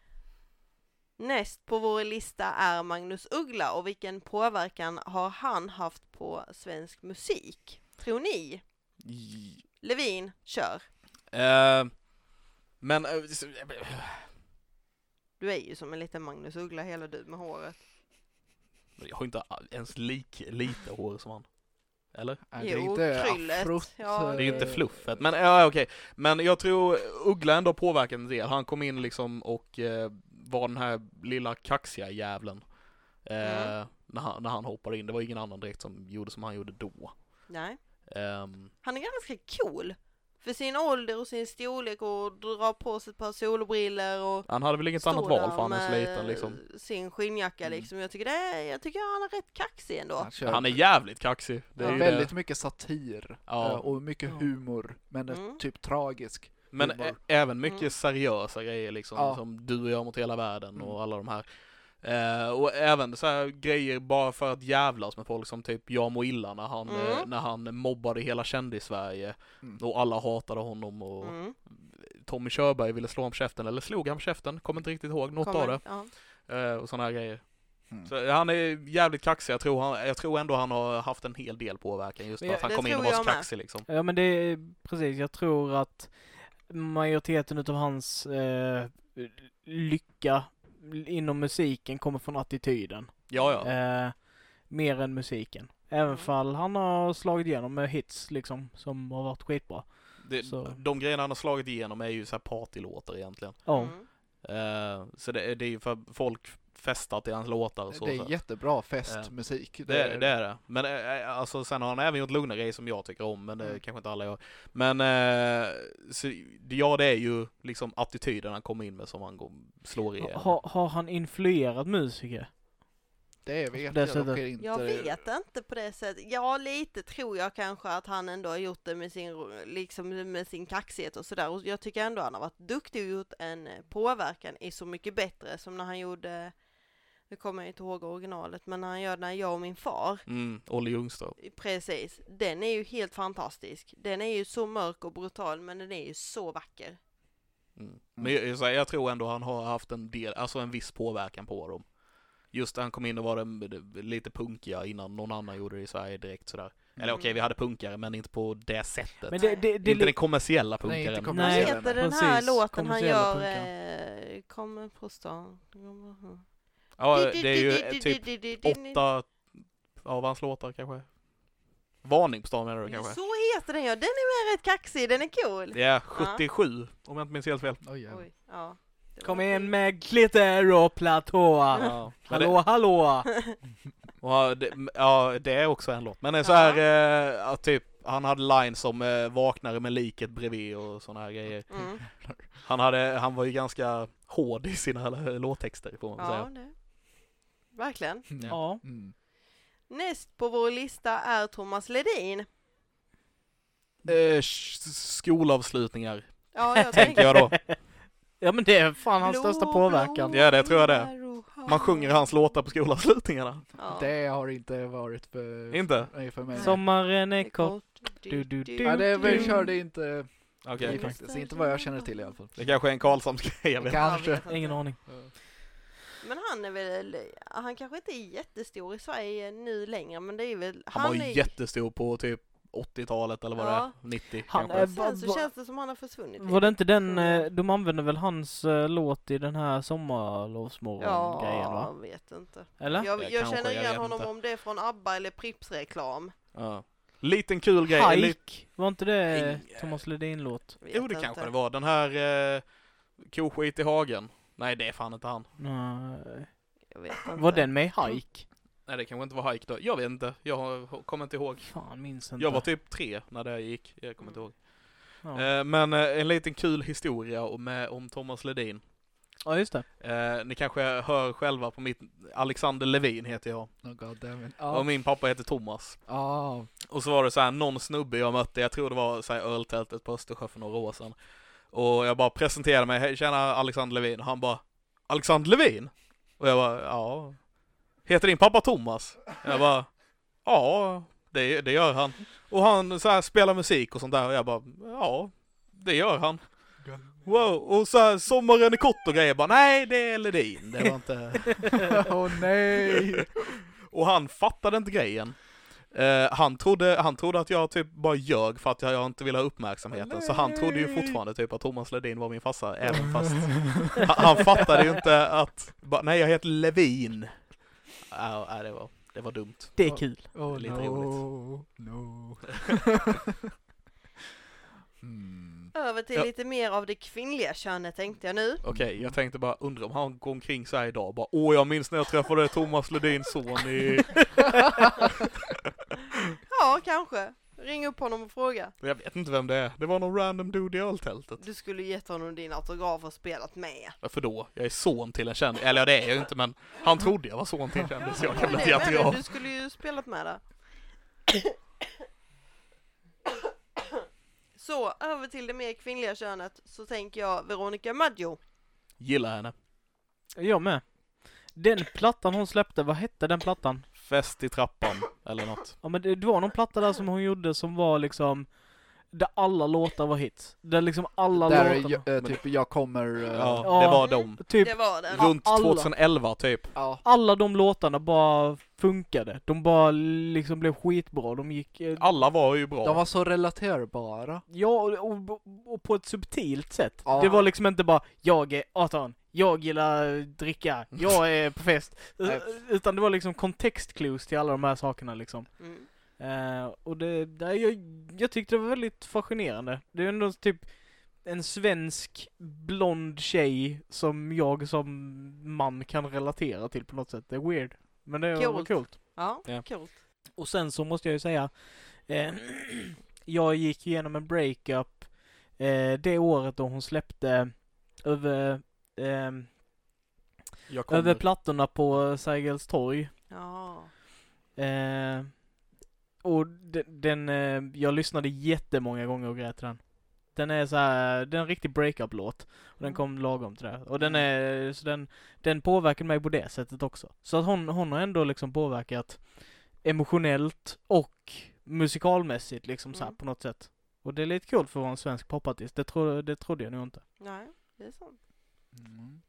Näst på vår lista är Magnus Uggla, och vilken påverkan har han haft på svensk musik? Tror ni? J- Levin, kör. Eh, men... eh, s- Du är ju som en liten Magnus Uggla, hela du med håret. jag har inte ens lik, lite hår som han. Eller? Nej, det Jo, är inte kryllet. afrot. Ja, Det är ju inte eh, fluffet. Men ja, okej. Men jag tror Uggla ändå påverkat en del. Han kom in liksom och eh, var den här lilla kaxiga jävlen. Eh, Mm. när, han, när han hoppade in. Det var ingen annan direkt som gjorde som han gjorde då. Nej. Ehm, Han är ganska cool. För sin ålder och sin storlek, och dra på sig ett par solbriller och han hade väl inget annat stå val där för han är så med liten liksom. sin skinnjacka Mm. liksom. Jag tycker, det är, jag tycker han är rätt kaxig ändå. Han kör Han är jävligt kaxig. Det är ja, ju väldigt det. mycket satir Ja. eh, och mycket Ja. humor, men Mm. typ tragisk. Men humor. ä- även mycket Mm. seriösa grejer liksom. Ja. Som Du och jag mot hela världen Mm. och alla de här. Eh, och även så här grejer bara för att jävlas med folk som typ Jag må illa när han, Mm. eh, när han mobbade hela kändis-Sverige Mm. och alla hatade honom och Mm. Tommy Körberg ville slå om käften, eller slog han på käften, kommer inte riktigt ihåg, något Kommer, av det. ja. Eh, och sådana här grejer. Mm. Så han är jävligt kaxig, jag tror, han, jag tror ändå han har haft en hel del påverkan just Ja, att han det kom in och tror var så jag med. kaxig liksom. Ja men det är precis, jag tror att majoriteten utav hans eh, lycka inom musiken kommer från attityden. Ja, ja. Eh, mer än musiken. Även Mm. fall han har slagit igenom med hits liksom, som har varit skitbra. Det, så. De grejerna han har slagit igenom är ju så här partylåtar egentligen. Ja. Mm. Eh, så det, det är ju för folk festat i hans låtar och så. Det så. är jättebra festmusik. Det är, det är det. Men äh, alltså, sen har han även gjort lugna grejer som jag tycker om, men det Mm. kanske inte alla gör. Men äh, så, ja, det är ju liksom attityden han kommer in med som han går, slår i. Har, har han influerat musiker? Det vet Det jag sättet. dock inte. Jag vet inte på det sättet. Ja, lite tror jag kanske att han ändå har gjort det med sin, liksom med sin kaxighet och sådär. Och jag tycker ändå han har varit duktig och gjort en påverkan i Så mycket bättre, som när han gjorde, nu kommer jag inte ihåg originalet, men när han gör När jag och min far. Mm, Olle Ljungström. Precis. Den är ju helt fantastisk. Den är ju så mörk och brutal, men den är ju så vacker. Mm. Men jag, jag, jag tror ändå han har haft en del, alltså en viss påverkan på dem. Just när han kom in och var den lite punkiga innan någon annan gjorde det i Sverige direkt sådär. Eller Mm. okej, okay, vi hade punkare, men inte på det sättet. Men det, det, det, inte det den kommersiella Nej, inte punkaren. Vad Nej, kommersiella. heter den här precis. låten han Kommersiella gör? punkar. Eh, kommer på stan. Ja, det är ju typ åtta av hans låtar kanske. Varning på stan menar du kanske? Så heter den, ja. Den är mer rätt kaxig, den är cool. Ja, sjuttiosju om jag inte minns helt fel. Oj, jävlar. Oj, ja. Det var Kom fint. in med glitter och platåa. Ja. Men Hallå, det, hallå. och det, ja, det är också en låt. Men det är så här, eh, att typ, han hade lines som eh, vaknade med liket bredvid och såna här grejer. Mm. Han, hade, han var ju ganska hård i sina låttexter får man Ja, säga. det. Verkligen. Ja. Mm. Näst på vår lista är Thomas Ledin. Eh, sh- skolavslutningar, Ja, jag tänker jag då. Ja men det är fan hans största Blå, påverkan. blå Ja, det tror jag det är. himmel och Man sjunger hans låtar på skolavslutningarna. Ja. Det har inte varit för, Inte? nej, för mig. Sommaren Det är är kort. kort. Du, du, du. Ja, det vi du. körde inte Okej. okay. faktiskt. Inte vad jag känner till i alla fall. Det kanske är en Karlshamns grej, jag vet. Jag Kanske. vet inte. Ingen aning. Men han är väl, han kanske inte är jättestor i Sverige nu längre, men det är väl, Han var ju är, jättestor på typ åttiotalet eller vad det Ja. är, nittio Han kanske. är- sen så Va- känns det som han har försvunnit. Var det inte den, tror jag. eh, de använde väl hans eh, låt i den här sommarlovsmorgon-grejen Ja, va? jag vet inte. Eller? Jag, Ja, jag kanske, känner jag igen vet honom inte. om det är från ABBA eller Pripps-reklam. Ja. Liten kul grej. Li- Hike? Var inte det Nej. Thomas Ledin-låt? Vet jo, det inte. kanske det var. Den här eh, koskit i hagen. Nej, det är fan inte han. Nej. Jag vet inte. Var den med i Hike? Nej, det kanske inte var Hike då. Jag vet inte. Jag har- kommer inte ihåg. Fan, minns inte. Jag var typ tre när det gick. Jag kommer inte ihåg. Ja, Eh, men eh, en liten kul historia om, eh, om Thomas Ledin. ja just det. Eh, ni kanske hör själva på mitt... Alexander Levin heter jag. Oh God damn it. Och Ja. min pappa heter Thomas. Ja. Och så var det så här någon snubbe jag mötte, jag tror det var så här öltältet på Östersjö för några år sedan. Och jag bara presenterade mig, hej tjena Alexander Levin. Och han bara, Alexander Levin? Och jag bara, ja. Heter din pappa Thomas? Jag bara, ja, det, det gör han. Och han så här spelar musik och sånt där. Och jag bara, ja, det gör han. Wow, och så här sommaren är kort och grejer. Jag bara, nej det är Ledin. Det var inte... Åh nej. Och han fattade inte grejen. Eh, han, trodde, han trodde att jag typ bara ljög för att jag inte ville ha uppmärksamheten. Så han trodde ju fortfarande typ att Thomas Ledin var min farsa. Även fast han, han fattade ju inte att, bara, nej jag heter Levin. Ja, äh, det, var, det var dumt. Det är kul. Oh Lite no. roligt. No. mm. Över till Ja. lite mer av det kvinnliga könet tänkte jag nu. Okej, jag tänkte bara, undra om han går omkring så här idag. Bara, åh jag minns när jag träffade Thomas Ledins son i... Ja, kanske. Ring upp honom och fråga. Jag vet inte vem det är. Det var någon random dude i öltältet. Du skulle gett honom din autograf och spelat med. Varför då? Jag är son till en kändis. Eller det är jag ju inte, men han trodde jag var son till en kändis. Jag kan Men bli det menar autograf. du, du skulle ju spelat med där. Så, över till det mer kvinnliga könet så tänker jag Veronica Maggio. Gillar henne. Jag med. Den plattan hon släppte, vad hette den plattan? Fest i trappan, eller något. Ja men det, det var någon platta där som hon gjorde som var liksom där alla låtar var hits. Där liksom alla Där låtarna. jag, äh, typ jag kommer... äh, Ja, Ja. det var de. Typ Det var det. Runt alla. tjugoelva typ. ja. alla de låtarna bara funkade. De bara liksom blev skitbra. De gick... eh, Alla var ju bra. De var så relaterbara. Ja, och, och, och på ett subtilt sätt. Ja. Det var liksom inte bara jag är arton, jag gillar dricka, jag är på fest. Nej. Utan det var liksom kontextclues till alla de här sakerna liksom. Mm. Eh, och det, det jag, jag tyckte det var väldigt fascinerande. Det är ändå typ en svensk blond tjej som jag som man kan relatera till på något sätt. Det är weird. Men det var Coolt. coolt. Ja, Ja. coolt. Och sen så måste jag ju säga, eh, jag gick igenom en breakup eh, det året då hon släppte över, eh, Jag kommer. över plattorna på Sergels torg. Ja. Eh, och den, den eh, jag lyssnade jättemånga gånger och grät till den. Den är så här, den är en riktig breakup-låt. Och den Mm. kom lagom till det. Och den är, så den, den påverkar mig på det sättet också. Så att hon, hon har ändå liksom påverkat emotionellt och musikalmässigt liksom så här Mm. på något sätt. Och det är lite kul för att vara en svensk popartist. Det, tro, det trodde jag nog inte. Nej, det är sant. Mm.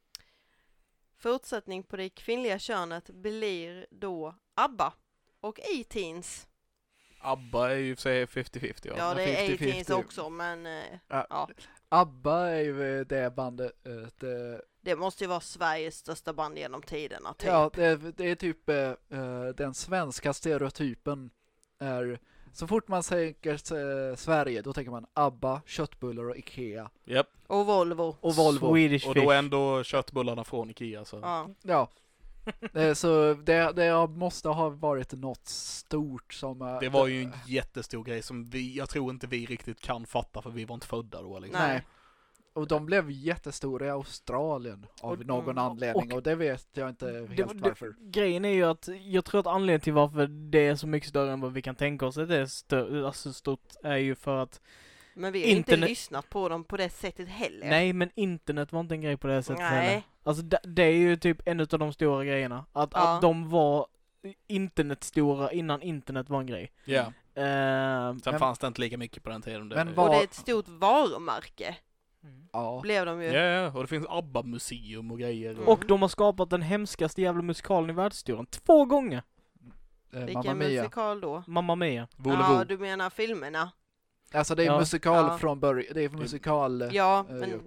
Fortsättning på det kvinnliga könet blir då ABBA och A-Teens. ABBA är ju för sig femtio femtio. Ja, det är fifty A-Teens fifty. också, men eh, Ja. ja. ABBA är ju det bandet... äh, det, Det måste ju vara Sveriges största band genom tiderna, typ. ja, det, är- det är typ äh, den svenska stereotypen är... Så fort man tänker äh, Sverige, då tänker man ABBA, köttbullar och Ikea. Japp. Och Volvo. Och Volvo. Swedish Och Fish. då är ändå köttbullarna från Ikea så. Ja. Ja. Eh, Så det, det måste ha varit något stort som... äh, Det var ju en jättestor grej som vi, jag tror inte vi riktigt kan fatta för vi var inte födda då liksom. Nej. Nej. Och de blev jättestora i Australien av Och- någon mm, anledning. och- Och, det vet jag inte Det- helt det- varför. Grejen är ju att jag tror att anledningen till varför det är så mycket större än vad vi kan tänka oss att det är stö- alltså stort är ju för att Men vi har inte Internet- lyssnat på dem på det sättet heller. nej, men internet var inte en grej på det sättet Nej. heller. Alltså det, det är ju typ en av de stora grejerna. Att, Ja. att de var internetstora innan internet var en grej. Ja. Eh, Sen Men- fanns det inte lika mycket på den tiden. Det, Men Och vad- det är ett stort varumärke, Ja. blev de ju. Ja, ja, och det finns ABBA-museum och grejer. Mm. Och de har skapat den hemskaste jävla musikalen i världshistorien. Två gånger! Eh, Mamma Vilken Mia. musikal då? Mamma Mia. Volevo. Ja, du menar filmerna? Alltså det är Ja. musikal Ja. från början. Det är musikal. eh, Ja, eh, men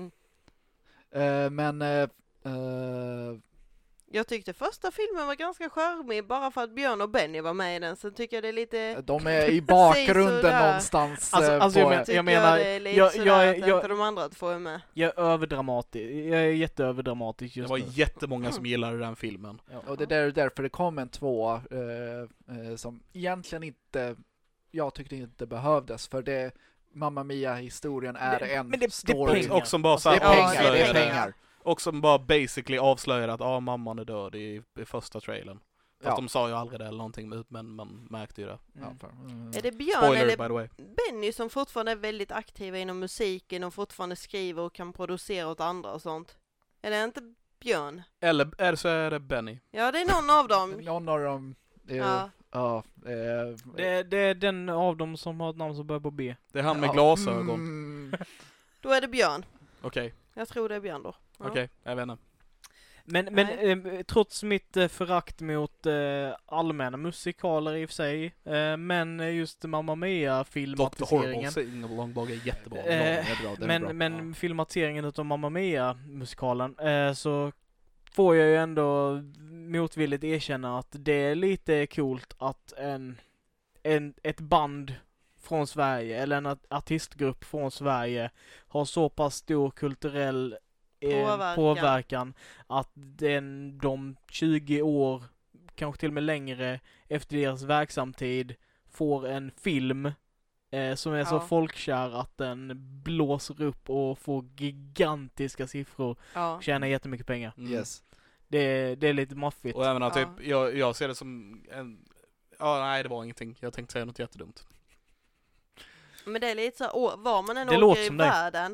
eh, men eh, eh, jag tyckte första filmen var ganska charmig bara för att Björn och Benny var med i den. Sen tycker jag det är lite... de är i bakgrunden sådär. någonstans. Alltså- eh, alltså, på, jag men- Tycker menar, det är lite jag- sådär jag- att jag- inte de andra två är med. Jag är överdramatisk. Jag är jätteöverdramatisk Det just var nu. jättemånga som gillade den filmen. Ja. och det är där, därför det kom en tvåa eh, eh, som egentligen inte, jag tyckte inte behövdes. För det, Mamma Mia-historien är Det- en men det- det story. pengar. Och som bara så Det här är Ja, pengar, det är avslöjade. pengar. Och som bara basically avslöjade att ah, mamman är död i, i första trailern. Fast Ja. de sa ju aldrig det eller någonting, men man märkte ju det. Ja, för, mm. Är det Björn Spoiler eller by the way. Benny som fortfarande är väldigt aktiva inom musiken och fortfarande skriver och kan producera åt andra och sånt? Eller är det inte Björn? Eller är det så är det Benny. Ja, det är någon av dem. Någon av dem, eh, Ja. ja, eh, Det, det är den av dem som har ett namn som börjar på B. Det är han med ja, glasögon. mm, Då är det Björn. Okej, Jag tror det är Björn då. Ja. okej, jag vet inte. Men, men eh, trots mitt eh, förakt mot eh, allmänna musikaler i och för sig, eh, men just Mamma doktor Mia-filmatiseringen. Horrible Sing-along är jättebra. Eh, det är bra, det är Men, bra. men filmatiseringen utav Mamma Mia-musikalen, eh, så får jag ju ändå motvilligt erkänna att det är lite coolt att en, en, ett band från Sverige, eller en art- artistgrupp från Sverige, har så pass stor kulturell eh, Påverkan. påverkan att den, de tjugo år, kanske till och med längre, efter deras verksamtid får en film eh, som är så Ja. folkkär att den blåser upp och får gigantiska siffror, Ja. tjänar jättemycket pengar. Mm. Yes. Det, det är lite maffigt. Och jag menar typ, Ja. jag, jag ser det som en... Ja, nej det var ingenting. Jag tänkte säga något jättedumt. Men det är lite så, å- var man än Det låter åker i som dig. världen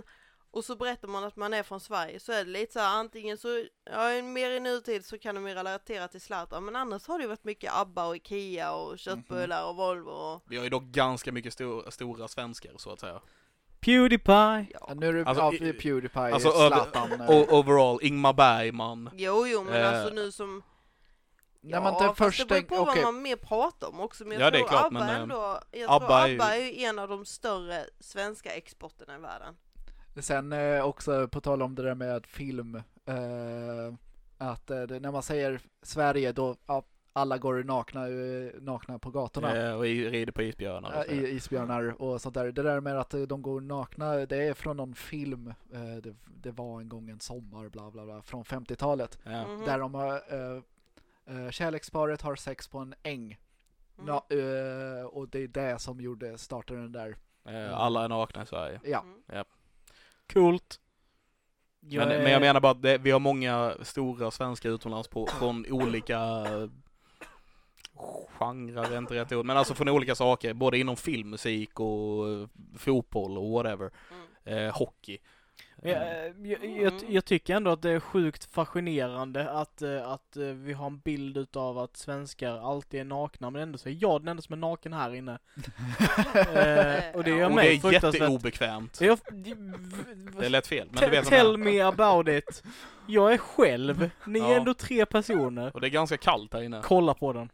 och så berättar man att man är från Sverige, så är det lite så här, antingen så, ja, mer i nutid så kan de ju relatera till Zlatan, men annars har det ju varit mycket ABBA och Ikea och köttbullar och Volvo och... Vi har ju dock ganska mycket stor, stora svenskar så att säga. Pewdiepie! Ja, nu är det Alltså, ja, i- Pewdiepie, Alltså Zlatan. över, o- overall, Ingmar Bergman. Jo, jo, men Eh, alltså nu som... Nej, Ja, men den fast första- det beror på okej. vad man mer pratar om också, men jag Ja, det är tror klart, ABBA men, är eh, ändå... Jag ABBA tror är ju- ABBA är ju en av de större svenska exporterna i världen. Sen eh, också på tal om det där med film, eh, att eh, det, när man säger Sverige då, ja, alla går nakna, eh, nakna på gatorna. Eh, och i- rider på isbjörnar. Ja, Och så. i, isbjörnar och sånt där. Det där med att eh, de går nakna, det är från någon film, eh, det, det var en gång en sommar, bla bla bla, från femtiotalet. Ja. Mhm. Där de har, eh, eh, kärleksparet har sex på en äng. Mm. Ja, eh, och det är det som gjorde, startade den där. Eh, alla är nakna i Sverige. Ja, Mm. Coolt. Men, men jag menar bara att det, vi har många stora svenska utomlands på, från olika genrer, är inte rätt ord, men alltså från olika saker, både inom film, musik och eh, fotboll och whatever, Mm. eh, hockey. Jag, jag, jag, jag tycker ändå att det är sjukt fascinerande att, eh, att eh, vi har en bild utav att svenskar alltid är nakna, men ändå så är jag den enda som är naken här inne. eh, och det gör Och det mig är fruktansvärt... jätteobekvämt. Jag, Det är lätt fel, men du vet vad jag tell menar. me about it. Jag är själv. Ni är Ja. ändå tre personer. Och det är ganska kallt här inne. Kolla på den.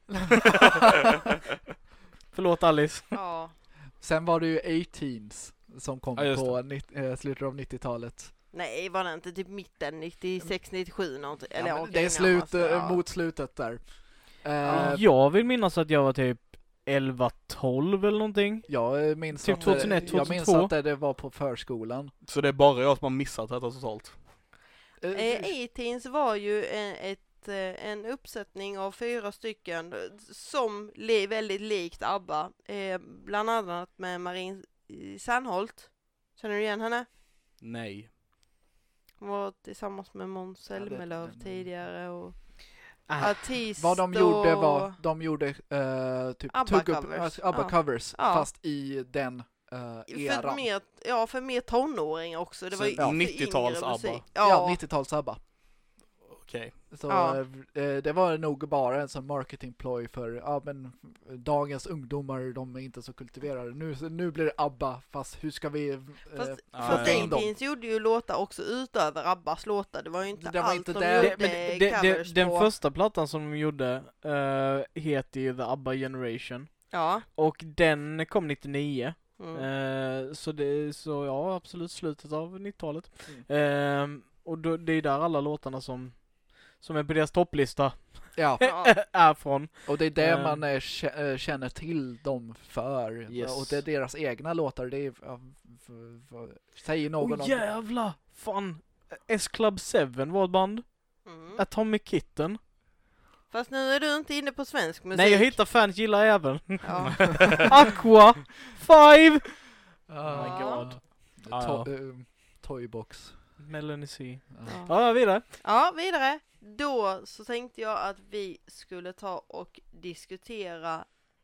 Förlåt Alice. Ja. sen var det ju A-Teens som kom Ja, just på nitt- eh, slutet av nittiotalet. Nej, var det inte typ mitten, nittiosex nittiosju någonting? Eller, Ja, men okej, det är innan, slut, alltså, eh, ja. mot slutet där. Eh, Jag vill minnas att jag var typ elva tolv eller någonting. Jag minns Typ att, tjugohundraett, jag minns tjugohundratvå. att det, det var på förskolan. Så det är bara jag som har missat detta totalt. Eh, Eh, A-Teens var ju en, ett, eh, en uppsättning av fyra stycken eh, som är väldigt likt ABBA. Eh, bland annat med Marin Serneholt. Känner du igen henne? Nej. Hon var tillsammans med Måns Jag vet Zelmerlöw inte. tidigare och Ah, artist Vad de gjorde och... var, de gjorde eh, typ ABBA tugg upp- covers. alltså, ABBA Ja. covers, Ja. fast i den eh, För eran. mer, ja, för mer tonåringar också. Det Så var ju ja, inte nittio-tals yngre musik. ABBA. Ja, Ja, nittio-tals ABBA. Okej. Så Ja. eh, det var nog bara en sån marketingploy för, ja men dagens ungdomar, de är inte så kultiverade. Nu, nu blir det ABBA, fast hur ska vi... Eh, Fast, Ja, fast ja, ja. A-Teens gjorde ju låtar också utöver ABBAs låtar. Det var ju inte Det var allt inte de det. gjorde det, men det, det, covers den på. första plattan som de gjorde uh, heter ju The ABBA Generation. Ja. Och den kom nittionio. Mm. Eh, så det är så, ja absolut slutet av nittiotalet. Mm. Eh, och då, det är där alla låtarna som, som är på deras topplista Ja, Ja. är från. och det är det Eh. man eh, kä- eh, känner till dem för. Yes. Och det är deras egna låtar, det är... Ja, f- f- säger någon Åh om- jävla fan! S-Club sju var ett band. Mm. Atomic Kitten. Fast nu är du inte inne på svensk musik. Nej, jag hittar fans gillar även. Ja. Aqua! Five! Ah, Oh my god. Ja, To- ja. eh, Toybox. Melanie C. Ja. Ja. Ja, vidare. Ja, vidare. Då så tänkte jag att vi skulle ta och diskutera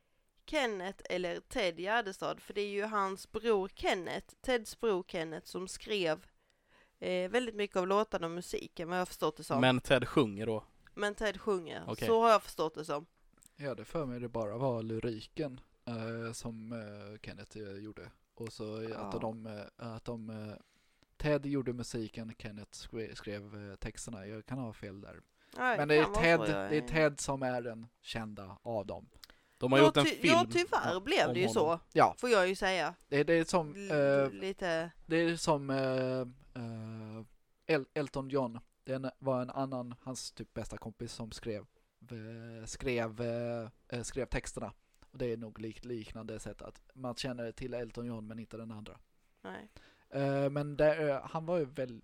Kenneth eller Ted Gärdestad. För det är ju hans bror Kenneth, Teds bror Kenneth, som skrev eh, väldigt mycket av låtarna och musiken, vad jag har förstått det som. Men, Men Ted sjunger då. Ted sjunger, Okej. så har jag förstått det som. Ja, det för mig det bara var lyriken eh, som eh, Kenneth eh, gjorde. Och så Ja. att de, eh, att de eh, Ted gjorde musiken, Kenneth skrev, skrev eh, texterna. Jag kan ha fel där. Ja, Men det är, kan vara Ted, så, jag det är Ted som är den kända av dem. De har ja, gjort en ty- film. ja, tyvärr blev om det ju honom. så, Ja, får jag ju säga. det, det är som L- eh, lite... det är som eh, eh, El- Elton John. Det en- var en annan, hans typ bästa kompis som skrev eh, skrev, eh, eh, skrev texterna. Och det är nog lik, liknande sätt att man känner till Elton John men inte den andra. Nej. Eh, men det, eh, han var ju väl...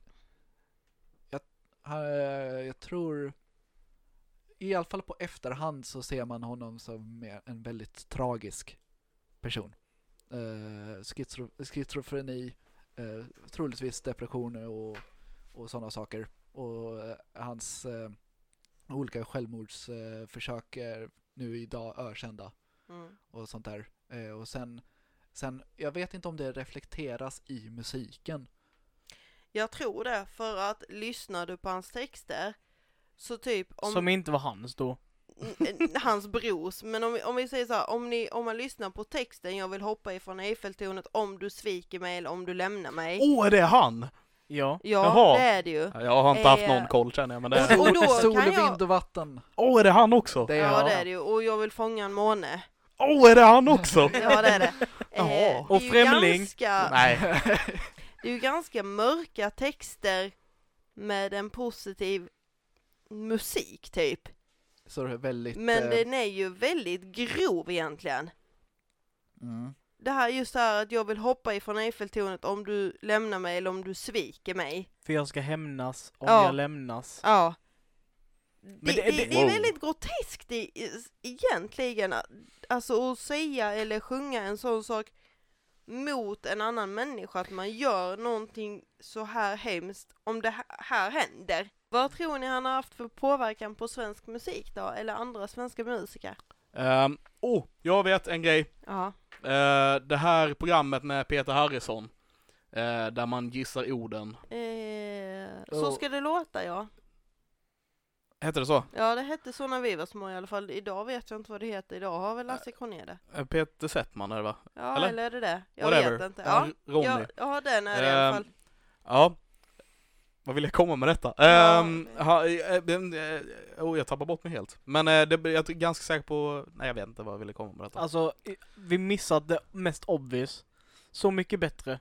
Jag, han, eh, jag tror... I alla fall på efterhand så ser man honom som mer en väldigt tragisk person. Eh, schizro, schizofreni, eh, troligtvis depressioner och, och sådana saker. Och eh, hans eh, olika självmordsförsök eh, försök är nu idag ökända Mm. och sånt där. Eh, och sen, sen, jag vet inte om det reflekteras i musiken. Jag tror det, för att lyssnar du på hans texter så typ om Som inte var hans då. n- hans bros, men om, vi- om vi säger så här, om, ni, om man lyssnar på texten, jag vill hoppa ifrån Eiffeltornet om du sviker mig eller om du lämnar mig. Åh, är det han? Ja. Ja, Jaha. det är det ju. Jag har inte haft Eh, någon koll känner jag, men det och- är... och då Sol, kan och jag- vind och vatten. Åh, är det han också? Det är Ja, han. det är det ju. Och jag vill fånga en måne. Åh, är det han också? Ja, det är det. Eh, Jaha. det är Och ju Främling. Ganska, Nej. det är ju ganska mörka texter med en positiv musik typ. Så det är väldigt... Men eh, den är ju väldigt grov egentligen. mm. Det här just det här att jag vill hoppa ifrån Eiffeltornet om du lämnar mig eller om du sviker mig. För jag ska hämnas om Ja. jag lämnas. Ja. Det, det- det, det- det är wow. väldigt groteskt i, i, egentligen. Alltså att säga eller sjunga en sån sak mot en annan människa, att man gör någonting så här hemskt om det här- här händer. Vad tror ni han har haft för påverkan på svensk musik då? Eller andra svenska musiker? Ehm, oh, jag vet en grej. Ja. Eh, det här programmet med Peter Harrison, eh, där man gissar orden. Eh, så Och- ska det låta, ja. Heter det så? Ja, det hette så när vi var små i alla fall. Idag vet jag inte vad det heter. Idag har väl Lasse Kronér det. Eh, Peter Settman är det va? Ja, Eller? eller, är det det? Jag Whatever. vet inte. Ja, Ronny. ja, ja, den är det i alla Ehm, fall. Ja. Vad vill jag komma med detta? Ja. Ehm, ha, eh, eh, oh, jag tappar bort mig helt. Men eh, det, jag är ganska säker på... Nej, jag vet inte vad jag ville komma med detta. Alltså, i- vi missade det mest obvious. Så mycket bättre.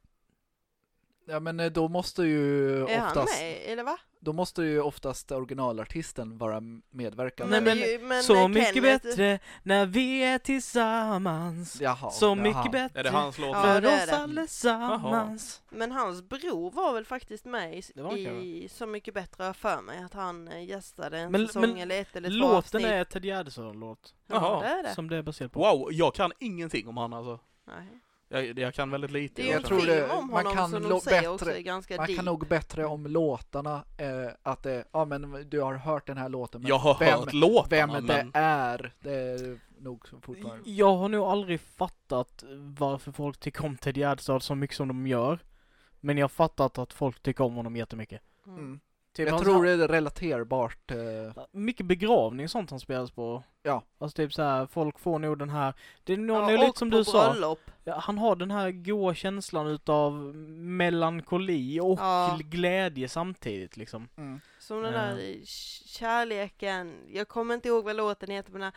Ja, men eh, då måste ju Är han oftast... med, eller va? Då måste ju oftast originalartisten vara medverkande. Nej, men- det är ju- men så eh, mycket Kenneth- bättre när vi är tillsammans. Jaha, Så jaha. mycket bättre Är det hans låt? Ja, för det är oss det. allesammans. Men hans bror var väl faktiskt med i, Det var han i Så mycket bättre för mig. Att han eh, gästade en Men- säsong men eller ett eller två Låten avsnitt. är Ted Gärdestad-låt. Ja, Jaha. det är det. Som det är baserat på. Wow, jag kan ingenting om han alltså. Nej. Jag, jag kan väldigt lite. Det är ju Jag en tror film det- om man honom kan som lo- de säger bättre- också är ganska Man deep. kan nog bättre om låtarna, eh, att det, ja men du har hört den här låten, men Jag har vem, hört låtarna, vem men... det är, det är nog fortfarande. Jag har nog aldrig fattat varför folk tycker om Ted Gärdestad så mycket som de gör. Men jag har fattat att folk tycker om honom jättemycket. Mm. Mm. Typ Jag hans- tror det är relaterbart. Eh, Mycket begravning och sånt han spelas på. Ja. Alltså typ så här, folk får nog den här, det är nog Ja, nog och lite som på du sa. bröllop. Ja, han har den här goa känslan utav melankoli och Ja. glädje samtidigt liksom. mm. Som den Ja. där k- kärleken. Jag kommer inte ihåg vad låten heter, men den här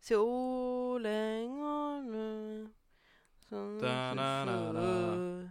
solen går nu. Som Da, na, na, na.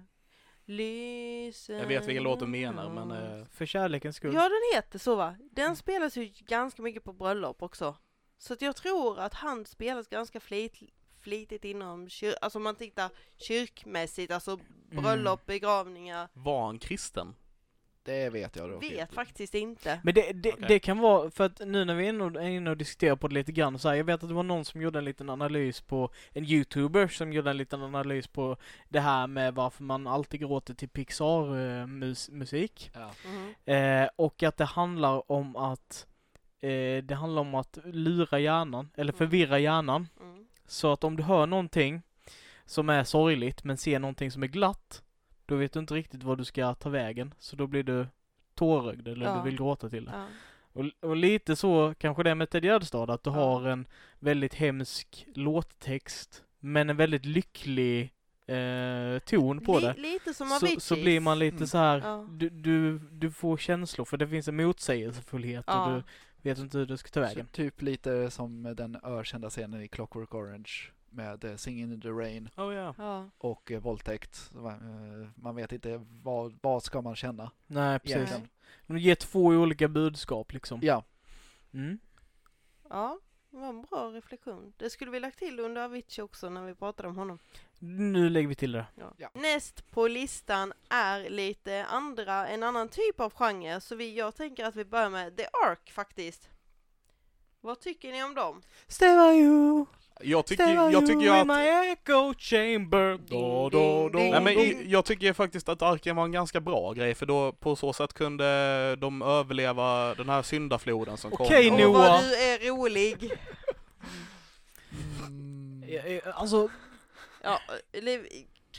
lyser. Jag vet vilken låt du menar, men... Eh, För kärlekens skull. Ja, den heter så va? Den spelas ju ganska mycket på bröllop också. Så att jag tror att han spelas ganska flit, flitigt inom kyr, alltså om man tittar kyrkmässigt, alltså bröllop, begravningar. var han kristen? Det vet jag då. Vet faktiskt inte. Men det, det, Okej. det kan vara, för att nu när vi är inne och, är inne och diskuterar på det lite grann så här, jag vet att det var någon som gjorde en liten analys på, en youtuber som gjorde en liten analys på det här med varför man alltid gråter till Pixar-musik. Ja. Mhm. Eh, och att det handlar om att eh, det handlar om att lura hjärnan, eller Mm. förvirra hjärnan. Mm. Så att om du hör någonting som är sorgligt men ser någonting som är glatt, då vet du inte riktigt vad du ska ta vägen. Så då blir du tårögd eller Ja. du vill gråta till det. Ja. Och, och lite så kanske det är med Ted Gärdestad, att du Ja. har en väldigt hemsk låttext men en väldigt lycklig eh, ton på Li- det. Lite som Så, Aviciis. så blir man lite Mm. så här, Ja. du, du, du får känslor för det finns en motsägelsefullhet Ja. och du vet inte hur du ska ta vägen. Så typ lite som den ökända scenen i Clockwork Orange med eh, Singing in the Rain Oh ja. Ja. och eh, våldtäkt. Så, eh, man vet inte vad, vad ska man känna Nej, precis. egentligen. De ger två olika budskap liksom. Ja, Mm. Ja, det var en bra reflektion. Det skulle vi lagt till under Avicii också när vi pratade om honom. Nu lägger vi till det. Ja. Ja. Näst på listan är lite andra, en annan typ av genre. Så vi, jag tänker att vi börjar med The Ark faktiskt. Vad tycker ni om dem? Stay by you, Jag tycker, stay by jag tycker ju you in att... my echo chamber. Då, då, då. ding, Nej, men ding. jag tycker ju faktiskt att Arken var en ganska bra grej, för då på så sätt kunde de överleva den här syndafloden som Okej, kom. nu- Åh, Noah. vad du är rolig. mm. Eh, eh, Alltså, Ja, eller,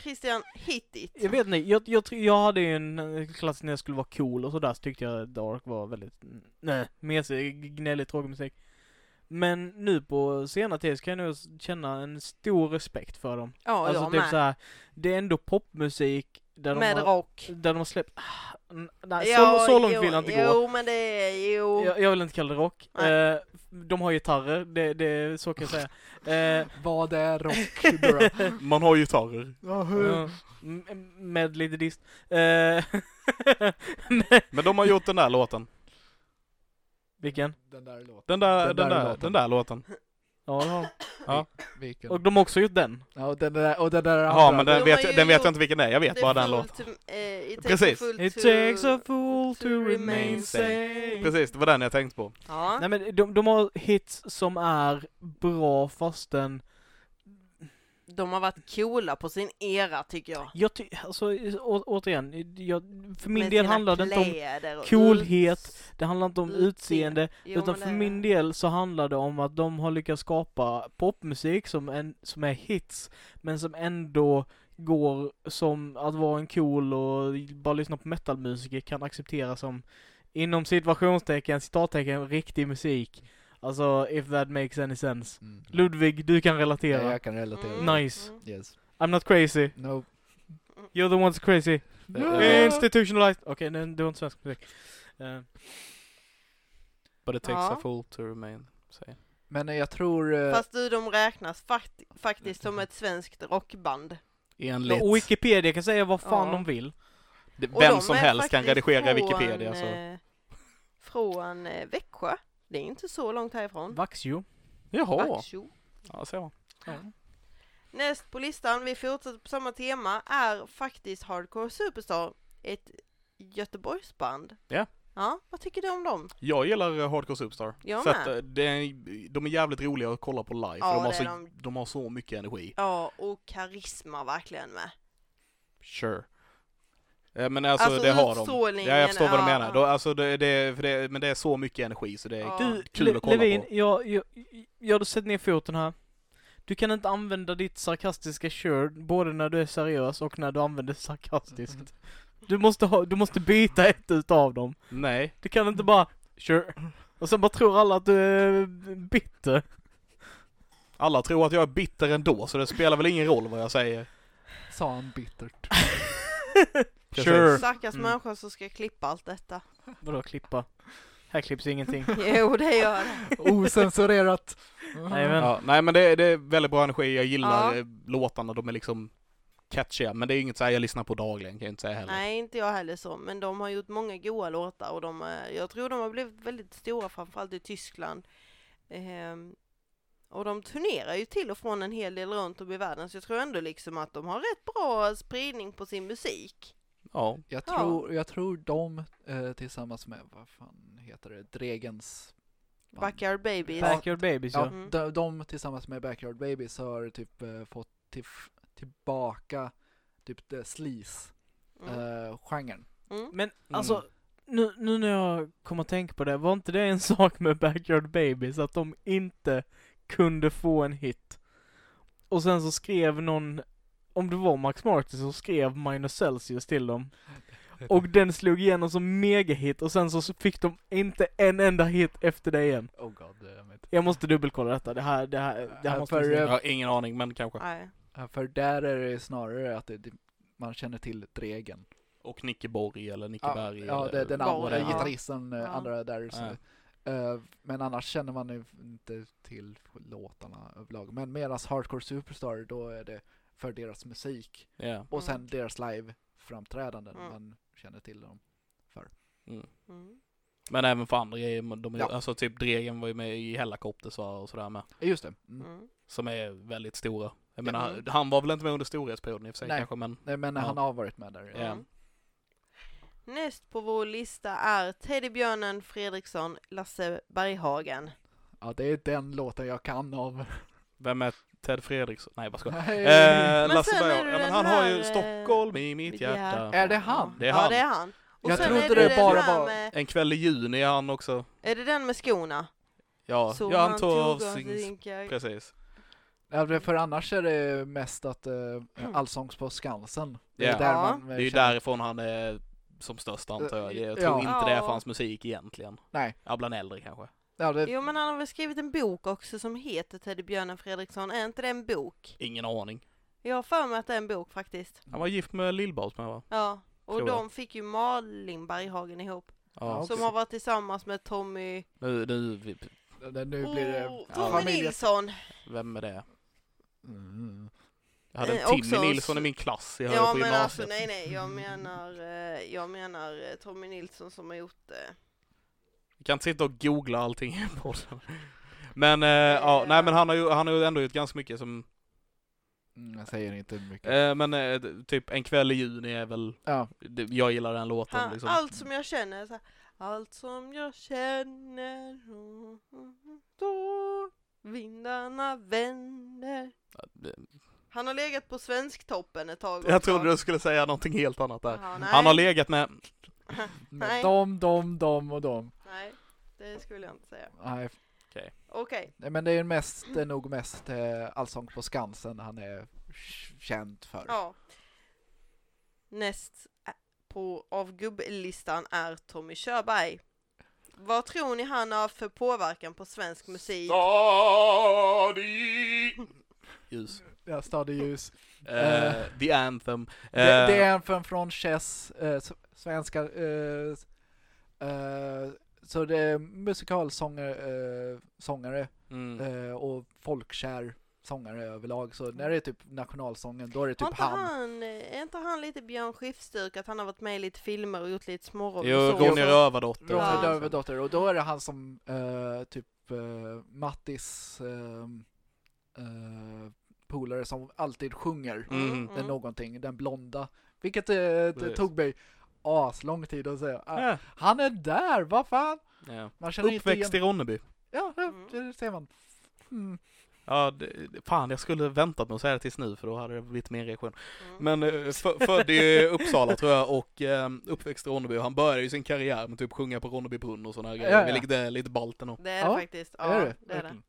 Christian, hit it. Jag vet inte, jag, jag, tr- jag hade ju en klass när jag skulle vara cool och sådär, så tyckte jag Dark var väldigt, nej, mesig, gnällig, tråkig musik. Men nu på senare tid så kan jag nog känna en stor respekt för dem. Ja, Alltså jag typ med. så här, det är ändå popmusik där Med de har, rock. där de har släppt, ah, n- nej, Ja, så, så långt jo, vill jag inte jo, gå. Jo, men det är, jo. Jag, jag vill inte kalla det rock. Nej. Eh, de har gitarrer, det, det så kan jag säga. Eh, Vad är rock då? Man har gitarrer. ja, m- med lite dist. Eh, men- Men de har gjort den där låten. vilken? Den där låten. Den där, den Den där där, låten. den där låten. Ja, det har de. Ja. Vilken? Och de har också gjort den. Ja, och den där, och den där Ja, andra. men den De har vet, ju den vet gjort- jag inte vilken det är. Jag vet Det är bara den full låten. to- eh, it takes Precis. a full It to- takes a fool to to remain remain sane. Precis, det var den jag tänkte på. Ja. Nej men de, de har hits som är bra fastän De har varit coola på sin era, tycker jag. jag ty- alltså å, återigen, jag, för min Med del sina handlar det inte om kläder och coolhet, ut- det handlar inte om utseende. utseende, Jo, utan men för det- min del så handlar det om att de har lyckats skapa popmusik som, en, som är hits, men som ändå går som att vara en cool och bara lyssna på metalmusiker kan acceptera som inom situationstecken, citattecken, riktig musik. Alltså, if that makes any sense. Mm. Ludvig, du kan Ja, relatera. jag kan relatera. Mm, Nice. mm. Yes. I'm not crazy. No. You're the one's crazy. Ja. Institutionalized. Okej, okay, det var inte svensk musik. Uh, But it takes Ja. a fool to remain sane. Men eh, jag tror... eh, Fast du, de räknas fakt- faktiskt som ett svenskt rockband. Enligt och Wikipedia kan säga vad fan Ja. de vill. det, Och vem de som är helst kan faktiskt redigera från, Wikipedia. Så. eh, Från eh, Växjö. Det är inte så långt härifrån. Vaxjo. Jaha, Vaxjo. ja, ser man. Ja. Näst på listan, vi fortsätter på samma tema, är faktiskt Hardcore Superstar. Ett Göteborgsband. Ja. Ja, vad tycker du om dem? Jag gillar uh, Hardcore Superstar. Jag För att med. uh, det är, de är jävligt roliga att kolla på live. Ja, för de, har det så, är de. de har så mycket energi. Ja, och karisma verkligen med. Sure. Eh, Men alltså, Alltså, det har de. utstrålningen, Ja, jag förstår vad de ja, menar. ja. Då, alltså, det, det, för det, men det är så mycket energi så det är Ja. Du, kul Le- att kolla Levin, på. jag, jag, jag har sett ner foten här. Du kan inte använda ditt sarkastiska sure både när du är seriös och när du använder sarkastiskt. Du måste, ha, du måste byta ett utav dem. Nej. Du kan inte bara sure. Och sen bara tror alla att du är bitter. Alla tror att jag är bitter ändå, så det spelar väl ingen roll vad jag säger. Sa han bittert. Precis. Sure. Stackars Mm. människa som ska klippa allt detta. Vadå klippa? Här klipps ingenting. Jo, det gör det. Osensurerat. Nej, men- Ja, nej men det, det är väldigt bra energi, jag gillar Ja. eh, låtarna, de är liksom catchiga, men det är inget så här jag lyssnar på dagligen kan jag inte säga heller. Nej, inte jag heller så. Men de har gjort många goda låtar och de, är- jag tror de har blivit väldigt stora, framförallt i Tyskland. Ehm, och de turnerar ju till och från en hel del runt om i världen, så jag tror ändå liksom att de har rätt bra spridning på sin musik. Ja, Jag Ja. tror, jag tror de eh, tillsammans med, vad fan heter det, Dregens band. Backyard Babies. Backyard Babies, ja. Ja, Mm. de, de tillsammans med Backyard Babies har typ eh, fått till, tillbaka typ det sleaze Mm. eh, genren. Mm. Men alltså, nu, nu när jag kommer att tänka på det, var inte det en sak med Backyard Babies att de inte kunde få en hit? Och sen så skrev någon, om det var Max Martin, så skrev Minus Celsius till dem. Och den slog igenom som megahit och sen så fick de inte en enda hit efter det igen. Oh god, jag vet. Jag måste dubbelkolla detta, det här, det här, det här Ja, måste för, vi se. jag har ingen aning men kanske. Nej. Ja, för där är det snarare att det, det, man känner till Dregen. Och Nicke Borg eller Nicke Ja, Berg. ja eller det, den Borg, andra ja. gitarristen, eh, Ja. andra där. Så, Ja. eh, men annars känner man ju inte till låtarna överlag. Men medan Hardcore Superstar, då är det för deras musik Ja. och sen Mm. deras live-framträdanden Mm. man känner till dem. Mm. Mm. Men även för andra grejer, de, Ja. alltså typ Dregen var ju med i Hellacopters och sådär med. Just det. Mm. Mm. Som är väldigt stora. Jag Ja. menar, han var väl inte med under storhetsperioden i och för sig Nej. kanske, men Nej, men Ja. han har varit med där. Ja. Mm. Näst på vår lista är Teddybjörnen Fredriksson, Lasse Berghagen. Ja, det är den låten jag kan av. vem är Ted Fredriksson? Nej, vad ska jag? Nej. Eh, Men Lasse sen är Berg, det ja, men den han har ju här, eh, Stockholm i mitt mitt hjärta. hjärta. Är det han? Det är Ja, han. det är han. Och Jag sen trodde är det den bara här var- Med, En kväll i juni är han också. är det den med skorna? Ja, Så ja han tog av av sin... sin kar- Precis. Ja, det- för annars är det mest att uh, Allsångs på Skansen. Det är Ja. där Ja. man Det är ju känner- därifrån han är som störst antar jag. Jag Ja. tror inte det är Ja. för hans musik egentligen. Nej. Ja, bland äldre kanske. Ja, det, Jo, men han har väl skrivit en bok också som heter Teddybjörnen Fredriksson. Är inte det en bok? Ingen aning. Jag har för mig att det är en bok faktiskt. Han var gift med Lill-Babs med va? Ja, och Tror jag. de fick ju Malin Berghagen ihop. Ja. Som har varit tillsammans med Tommy... Nu, nu, vi- det, nu blir det Oh, Ja. Tommy familje- Nilsson! vem är det? Mm. Jag hade Eh, en Timmy också- Nilsson i min klass. Jag Ja, höll på men gymnasiet. alltså nej, nej, jag menar, eh, jag menar eh, Tommy Nilsson som har gjort det. Vi kan inte sitta och googla allting i podden. Men, eh, ja, nej men han har ju, han har ju ändå gjort ganska mycket som, Mm, jag säger inte mycket. eh, men eh, typ En kväll i juni är väl, Ja. det, jag gillar den låten Han, liksom. Allt som jag känner, så här, allt som jag känner, mm, mm, då vindarna vänder. Han har legat på Svensktoppen ett tag Jag också. trodde du skulle säga någonting helt annat där. Jaha, nej. Han har legat med, Nej. Dom, dom, dom och dom. Nej, det skulle jag inte säga. Nej, Okej. nej, men det är mest, det är nog mest eh, Allsång på Skansen han är k- känd för. Ja. Näst på av gubblistan är Tommy Körberg. Vad tror ni han har för påverkan på svensk musik? ljus. Ja, Stadig ljus. Eh, The Anthem. Det, Eh, det är en från, från Chess, eh, s- svenska, eh, s- eh, så det är musikalsångare eh, sångare, mm. eh, och folkkär sångare överlag. Så när det är typ nationalsången, då är det Har typ inte han. han, är inte han lite Björn Skifstyrk, att han har varit med i lite filmer och gjort lite småroller? Jo, och så? Ronja Rövardotter. Ronja Ja. Rövardotter, och då är det han som eh, typ eh, Mattis eh, eh, polare som alltid sjunger Mm. den någonting, den blonda. Vilket eh, det Precis. tog mig as lång tid att säga. Ah, Ja. han är där, vad fan? Ja. Man känner inte Uppväxt i igen. Ronneby. Ja, det, Mm. det ser man. Mm. Ja, det, fan jag skulle väntat med att säga det tills nu för då hade det blivit mer reaktion. Mm. Men eh, för, född i Uppsala tror jag och eh, uppväxt i Ronneby. Han började ju sin karriär med typ sjunga på Ronneby brunn och såna här grejer. Ja, ja. Vilket är lite ballt ändå. Det är Ja, det faktiskt. Ja, är det? det, är det. Verkligen.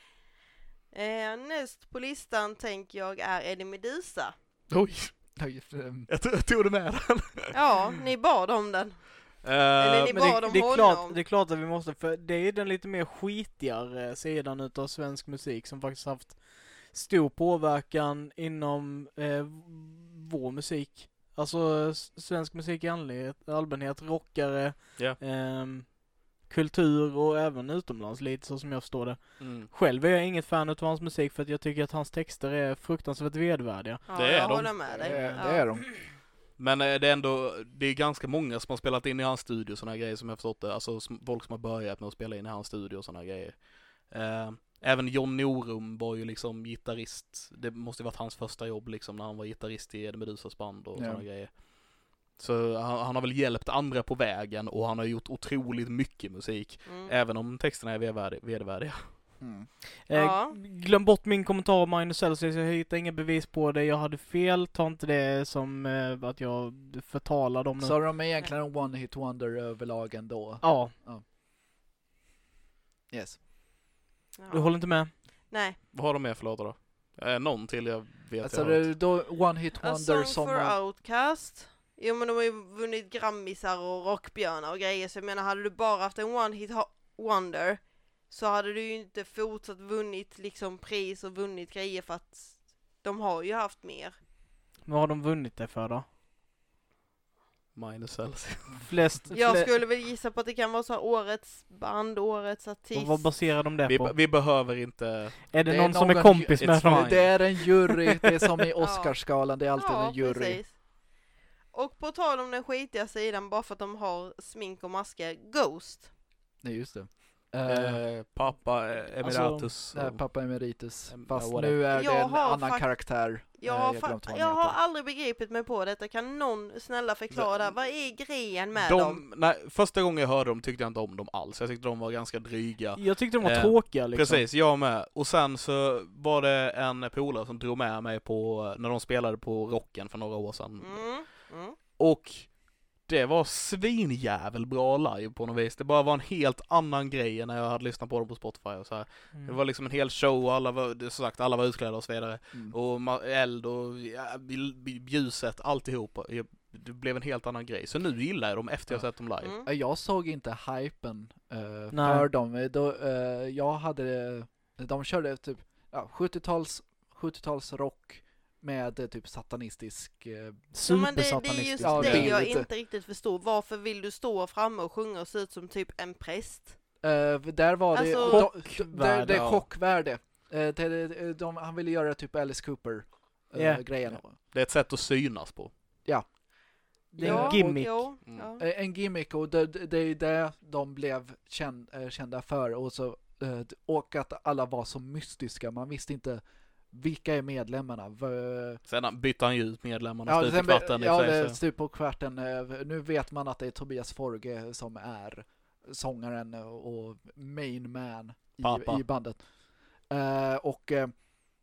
Eh, näst på listan tänker jag är Eddie Meduza. Oj, Oj, ehm, jag, t- jag tog det med den. Ja, ni bad om den. Eh, Eller ni Men det, bad om det, är honom. klart, det är klart att vi måste, för det är den lite mer skitigare sidan utav svensk musik som faktiskt haft stor påverkan inom eh, vår musik. Alltså s- svensk musik i allmänhet, allmänhet rockare, Ja. ehm, kultur och även utomlands lite så som jag förstår det. mm. Själv är jag inget fan av hans musik för att jag tycker att hans texter är fruktansvärt vedvärdiga. Ja, Det är jag de. håller med det, dig. är, Ja. det är de. Men eh, det är ändå, det är ganska många som har spelat in i hans studio och såna här grejer som jag förstått det. Alltså som- folk som har börjat med att spela in i hans studio och såna här grejer. Eh, även John Norum var ju liksom gitarrist. Det måste ju varit hans första jobb liksom när han var gitarrist i Eddie Medusas band och Ja. såna grejer. Så han, han har väl hjälpt andra på vägen och han har gjort otroligt mycket musik. Mm. Även om texterna är vedvärdiga. vedvärdiga. Mm. Eh, Ja. Glöm bort min kommentar om Minus Celsius, jag hittar inga bevis på det, jag hade fel, ta inte det som eh, att jag förtalar dem nu. Så de är egentligen en one hit wonder överlag ändå. Ja, Yes. Ja. du håller inte med? Nej. Vad har de med för låtar då? Eh, någon till jag vet Alltså jag det har är då one hit A wonder Song som... for Outcast. Jo, men de har ju vunnit Grammisar och rockbjörnar och grejer, så jag menar, hade du bara haft en one hit ha- wonder så hade du ju inte fortsatt vunnit liksom pris och vunnit grejer, för att de har ju haft mer. Vad har de vunnit det för då? Minus Celsius. Flest, Jag flest skulle väl gissa på att det kan vara så här årets band, årets artist. och vad baserar de det Vi, på? vi behöver inte... Är det, Det är någon som är någon- kompis It's med dem? fine. Det är en jury, det är som i Oscarsgalan, det är alltid ja, en jury. Precis. Och på tal om den skitiga sidan, bara för att de har smink och masker, Ghost. Nej, just det. Eh, Eh, pappa eh, Emiratus. nej, och- pappa emeritus. Em, Fast whatever. nu är det Jag en har annan fakt- karaktär. Jag, Eh, har, jag fa- glömt vad han jag har heter. aldrig begripit mig på detta. Kan någon snälla förklara det? Vad är grejen med de, dem? nej, första gången jag hörde dem tyckte jag inte om dem alls. Jag tyckte de var ganska dryga. Jag tyckte de var Eh, tråkiga liksom. Precis, jag med. Och sen så var det en polare som drog med mig på när de spelade på Rocken för några år sedan. Mm, mm. Och det var svinjävel bra live på något vis. Det bara var en helt annan grej än när jag hade lyssnat på dem på Spotify och så här. Mm. Det var liksom en hel show och alla var, det, som sagt, alla var utklädda och så vidare. Mm. Och ma- eld och ja, ljuset, alltihop. Det blev en helt annan grej. Så nu gillar jag dem efter jag sett dem live. Mm. Jag såg inte hypen uh, Nej. för dem. Då, uh, jag hade, de körde typ ja, sjuttio-tals, sjuttio-tals rock med uh, typ satanistisk uh, Ja, men det, det är Supersatanistisk. just Ja, det det är jag lite- inte riktigt förstår. Varför vill du stå framme och sjunga och se ut som typ en präst? Uh, där var det Alltså- de- Chockvärde, det, det är ja. chockvärde. Uh, det, det, de, han ville göra typ Alice Cooper uh, Ja. grejen. Det är ett sätt att synas på. Det är en Ja, gimmick. Jo, Mm. ja. Eh, En gimmick, och det, det är det de blev känd, eh, kända för. Och, så, eh, och att alla var så mystiska. Man visste inte vilka är medlemmarna. V- Sen bytte han ju ut medlemmarna Ja, stup i sen- kvarten. i och ja för sig, det så. stup på kvarten. Eh, Nu vet man att det är Tobias Forge som är sångaren och main man Pappa. i, i bandet. Eh, och eh,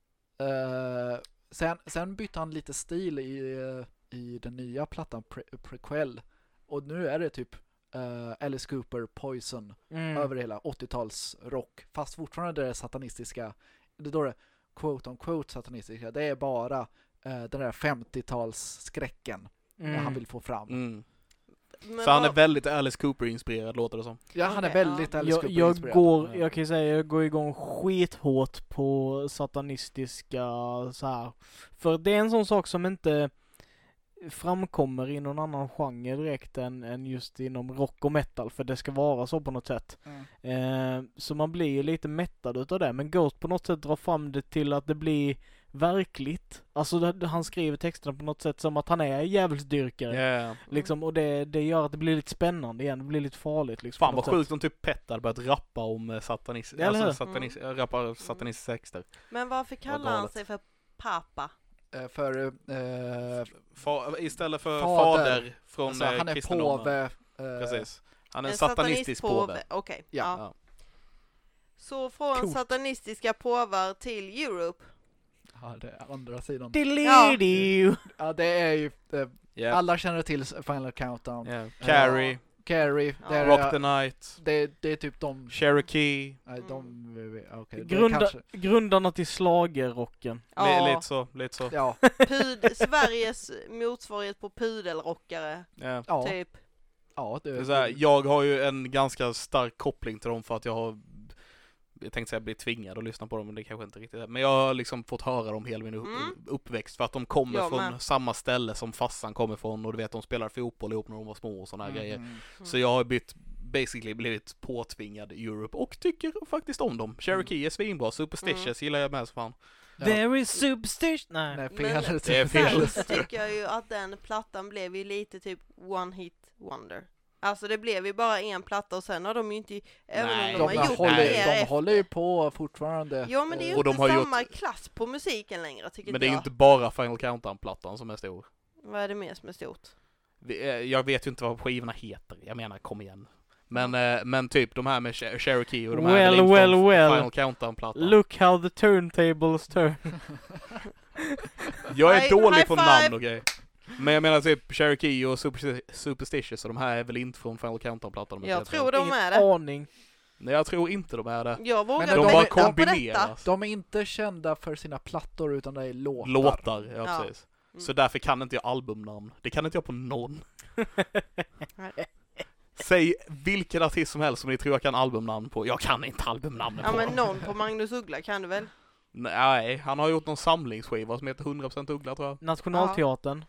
eh, sen, sen bytte han lite stil i, eh, i den nya plattan Pre- Prequel. Och nu är det typ eh, Alice Cooper, Poison Mm. över hela åttio-tals rock. Fast fortfarande det satanistiska, det då det quote on quote satanistiska, det är bara eh, den där femtio-tals skräcken Mm. han vill få fram. Mm. Men Så han är vad- väldigt Alice Cooper-inspirerad, låter det som. Ja, han är Okej, väldigt ja. Alice Jag, Cooper jag inspirerad. går, jag kan ju säga, jag går igång skithårt på satanistiska så här. För det är en sån sak som inte framkommer i någon annan genre direkt än, än just inom rock och metal, för det ska vara så på något sätt. Mm. Eh, så man blir ju lite mättad utav det, men Ghost på något sätt drar fram det till att det blir verkligt. Alltså det, han skriver texterna på något sätt som att han är djävulsdyrkare. Yeah. Liksom, och det, det gör att det blir lite spännande igen, det blir lite farligt liksom. Fan på vad något sjukt sätt. om typ Pet hade börjat rappa om eh, satanist, Eller hur? alltså satanist, Mm. rappar satanistiska texter. Men varför kallar han galet. sig för pappa? Eh, För eh, Fa- istället för Fader. fader, från alltså, eh, han är kristendomen. påve. eh, Precis. Han är en, En satanistisk satanistpåve. påve. Okej. Ja. Ja. Ja. Så från Coolt. satanistiska påvar till Europe. Ja, det är andra sidan. Diddly-doo. Ja, det är ju eh, Yeah. alla känner till Final Countdown. Yeah. Carrie, Carrie, Ja. det är, Rock the Night, det, det är typ de... Cherokee. Nej, de... okej, det Grunda, kanske... grundarna till slagerrocken. Li- Ja, lite så, lite så. Ja, pud, Sveriges motsvarighet på pudelrockare, Yeah. ja, typ. ja, det, Det är så här, jag har ju en ganska stark koppling till dem för att jag har, jag tänkte säga bli tvingad att lyssna på dem, men det kanske inte riktigt är. Men jag har liksom fått höra dem hela min u- Mm. uppväxt för att de kommer Jag från med. samma ställe som farsan kommer från, och du vet de spelar fotboll ihop när de var små och såna här Mm, grejer. mm. Så jag har bytt, basically blivit påtvingad Europe och tycker faktiskt om dem. Cherokee är svinbra, Superstitious gillar jag med så fan. Ja. Very superstitious. Nej. Nej, Men fel. det är fel. sen tycker jag ju att den plattan blev ju lite typ one hit wonder. Alltså det blev ju bara en platta och sen har de ju inte, även Nej. om de, De, har gjort håller, mer de efter. håller ju på fortfarande. Ja, men det är ju Och de inte har samma gjort- klass på musiken längre, tycker Men inte det är ju jag. inte bara Final Countdown-plattan som är stor. Vad är det mer som är stort? Vi- eh, Jag vet ju inte vad skivorna heter, jag menar kom igen. Men, eh, men typ de här med Cher- Cherokee och de här Well, är väl well, från well. Final Countdown-plattan. Look how the turntables turn. Jag är High- dålig high på five! namn och grejer. Men jag menar typ Cherokee och Super, Superstitious, och de här är väl inte från Final Countdown-plattan? om Jag inte tror vet de Ingen är det. aning. Nej, jag tror inte de är det. Jag vågar Men De de bara är- betta på detta. kombineras. De är inte kända för sina plattor, utan det är låtar. Låtar, ja, Ja. precis. Mm. Så därför kan inte jag albumnamn. Det kan inte jag på någon. Nej. Säg vilken artist som helst som ni tror jag kan albumnamn på. Jag kan inte albumnamnen Ja, på men dem. någon på Magnus Uggla kan du väl? Nej, han har gjort någon samlingsskiva som heter hundra procent Uggla, tror jag. Nationalteatern.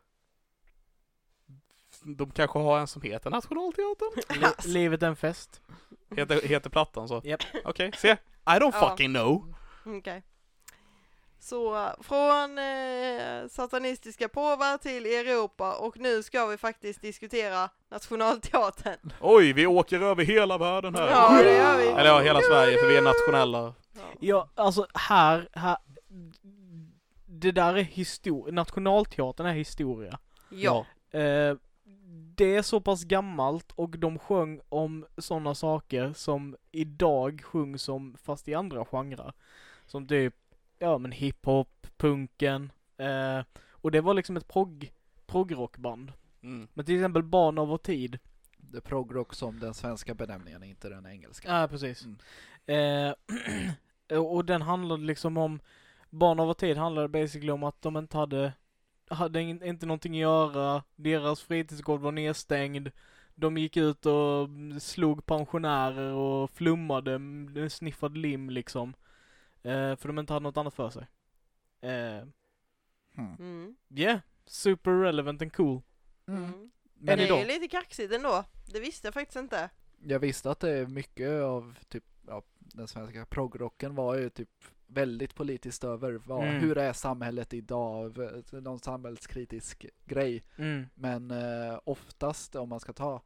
De kanske har en som heter Nationalteatern. Li- livet är en fest. Heter, heter plattan så? Japp. Okej, se. I don't Ja. fucking know. Okej. Så uh, från eh, satanistiska påvar till Europa, och nu ska vi faktiskt diskutera Nationalteatern. Oj, vi åker över hela världen här. Ja, det gör vi. Eller ja, hela Sverige, för vi är nationella. Ja. Ja, alltså här, här det där är historia. Nationalteatern är historia. Ja. Eh, det är så pass gammalt, och de sjöng om sådana saker som idag sjungs om, fast i andra genrer. Som typ, ja men hiphop, punken. Eh, och det var liksom ett prog, progrockband. Mm. Men till exempel Barn av vår tid. Det är progrock som den svenska benämningen, inte den engelska. Ja, precis. Mm. Eh, och den handlade liksom om, Barn av vår tid handlade basically om att de inte hade, hade in, inte någonting att göra, deras fritidsgård var nedstängd, de gick ut och slog pensionärer och flummade, sniffade lim liksom, eh, för de inte hade något annat för sig. Eh, Mm. Mm. yeah, super relevant and cool. Mm. Än Men det idag. är lite kaxigt ändå. Det visste jag faktiskt inte. Jag visste att det är mycket av typ, ja, den svenska progrocken var ju typ väldigt politiskt över vad, Mm. hur är samhället idag, någon samhällskritisk grej. Mm. Men eh, oftast om man ska ta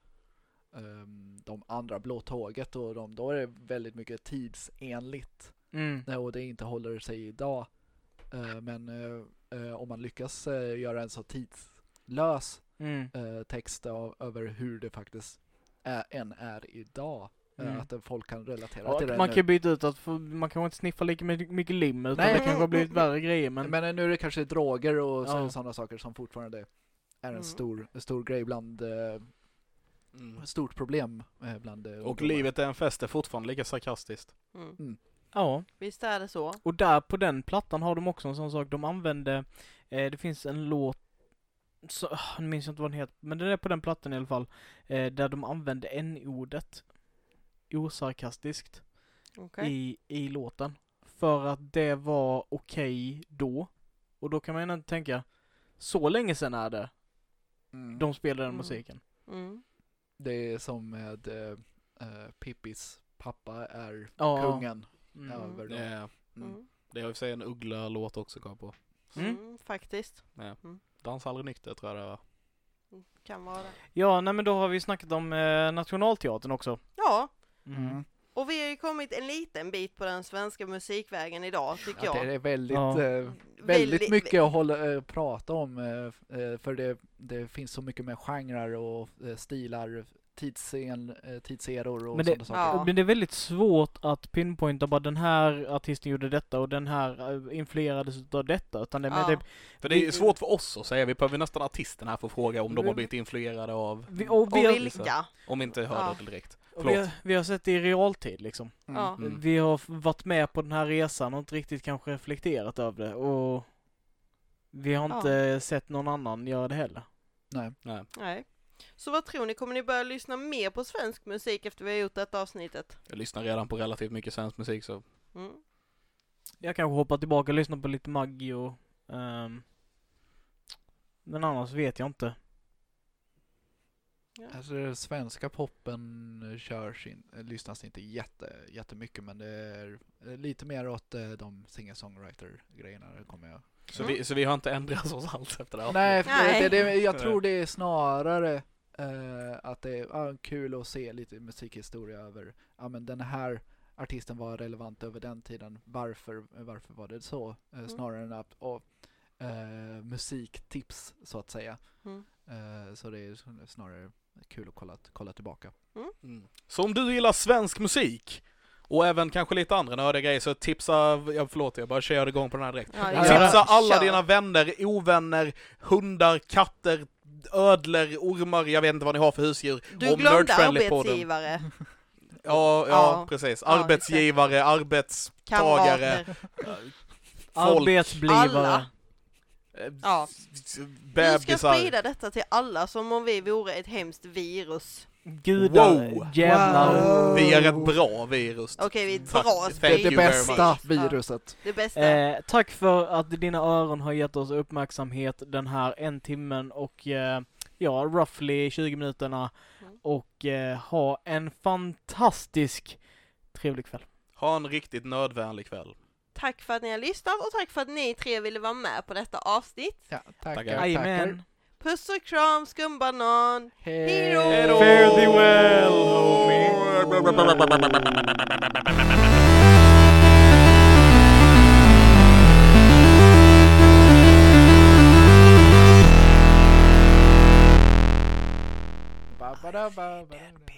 um, de andra Blå tåget och de, då är det väldigt mycket tidsenligt Mm. eh, och det inte håller sig idag. Eh, men eh, eh, om man lyckas eh, göra en så tidslös Mm. eh, text av, över hur det faktiskt är, än är idag. Eh, Mm. att eh, folk kan relatera Ja, till det. man nu. kan ju byta ut att få, man kanske inte sniffa lika mycket, mycket lim, utan Nej. det kanske har blivit värre grejer, men... Men, eh, nu är det kanske droger och Ja. sådana saker som fortfarande är en Mm. stor, stor grej bland eh, Mm. stort problem eh, bland eh, Och ungdomar. livet är en fest är fortfarande lika sarkastiskt. Mm. Ja, Visst är det så. och där på den plattan har de också en sån sak, de använde, eh, det finns en låt, så, ah, nu minns jag inte vad den heter, men den är på den plattan i alla fall, eh, där de använde n-ordet osarkastiskt Okej. i, i låten. För att det var okej då. Och då kan man ju inte tänka, så länge sedan är det Mm. de spelade den Mm. musiken. Mm. Det är som med eh, eh, Pippis pappa är Ja. kungen Mm. över Det dem. är, Mm. Mm. det är i och för sig en Uggla-låt också kom på. Mm. Mm. Faktiskt. Dans aldrig nykter tror jag det var. Mm. Kan vara det. Ja, nej men då har vi snackat om eh, Nationalteatern också. Ja. Mm. Och vi har ju kommit en liten bit på den svenska musikvägen idag, tycker Ja, jag. det är väldigt, Ja. eh, väldigt mycket att hålla, eh, prata om eh, eh, för det, det finns så mycket med genrer och eh, stilar, tidsen, eh, tidseror och Men det- sådana saker. Ja. Men det är väldigt svårt att pinpointa bara den här artisten gjorde detta och den här eh, influerades av detta. Utan det, men Ja. det, För det är ju Vi- svårt för oss att säga. Vi behöver nästan artisten här för att fråga om de Vi- har blivit influerade av, vi, och Och vi, har, vilka? om inte hörde Ja. det direkt. och vi, har, Förlåt. vi har sett det i realtid liksom. Mm. Ja. Mm. Vi har f- varit med på den här resan och inte riktigt kanske reflekterat över det. Och vi har Ja. inte sett någon annan göra det heller. Nej. Nej. Nej. Så vad tror ni, kommer ni börja lyssna mer på svensk musik efter vi har gjort detta avsnittet? Jag lyssnar redan på relativt mycket svensk musik så Mm. Jag kanske hoppar tillbaka och lyssnar på lite Maggi och... ehm, men annars vet jag inte. Ja. Alltså den svenska poppen körs in, eh, lyssnas inte jätte, jättemycket, men det är eh, lite mer åt eh, de singer-songwriter-grejerna. Det kommer jag. Så, Mm. vi, så vi har inte ändrat oss alls efter det här. Nej, för Nej. Det, det, jag Nej. tror det är snarare eh, att det är ja, kul att se lite musikhistoria över, ja men den här artisten var relevant över den tiden, varför, varför var det så? Eh, snarare än att, och, eh, musiktips så att säga. Mm. Eh, så det är snarare kul att kolla, kolla tillbaka. Mm. Så om du gillar svensk musik och även kanske lite andra nördiga grejer så tipsa, jag förlåt jag bara kör igång på den här direkt. Ja, Ja. Tipsa alla Kör. dina vänner, ovänner, hundar, katter, ödlor, ormar, jag vet inte vad ni har för husdjur. Du om glömde Nerdfriendly podden. arbetsgivare, Ja, ja, Ja. precis. Ja, Arbetsgivare, arbetstagare, kamrater. folk, Arbetsblivare. Alla. eh, Ja. Du ska bebisar. sprida detta till alla som om vi vore ett hemskt virus. Gudar, Wow. jävlar. Wow. Vi är ett bra virus. Okej, vi är ett Tack. bra Thank Det är you det very bästa much. viruset. Det bästa. Eh, tack för att dina öron har gett oss uppmärksamhet den här en timmen och eh, ja, roughly tjugo minuterna. Mm. Och eh, ha en fantastisk trevlig kväll. Ha en riktigt nödvändig kväll. Tack för att ni har lyssnat och tack för att ni tre ville vara med på detta avsnitt. Ja, tackar, Tackar. tackar. Jajamän. Puss och kram, skumbanan! Hej Hej då! Hej då! Fare thee well, homie. Ba, ba, da, ba, ba, da.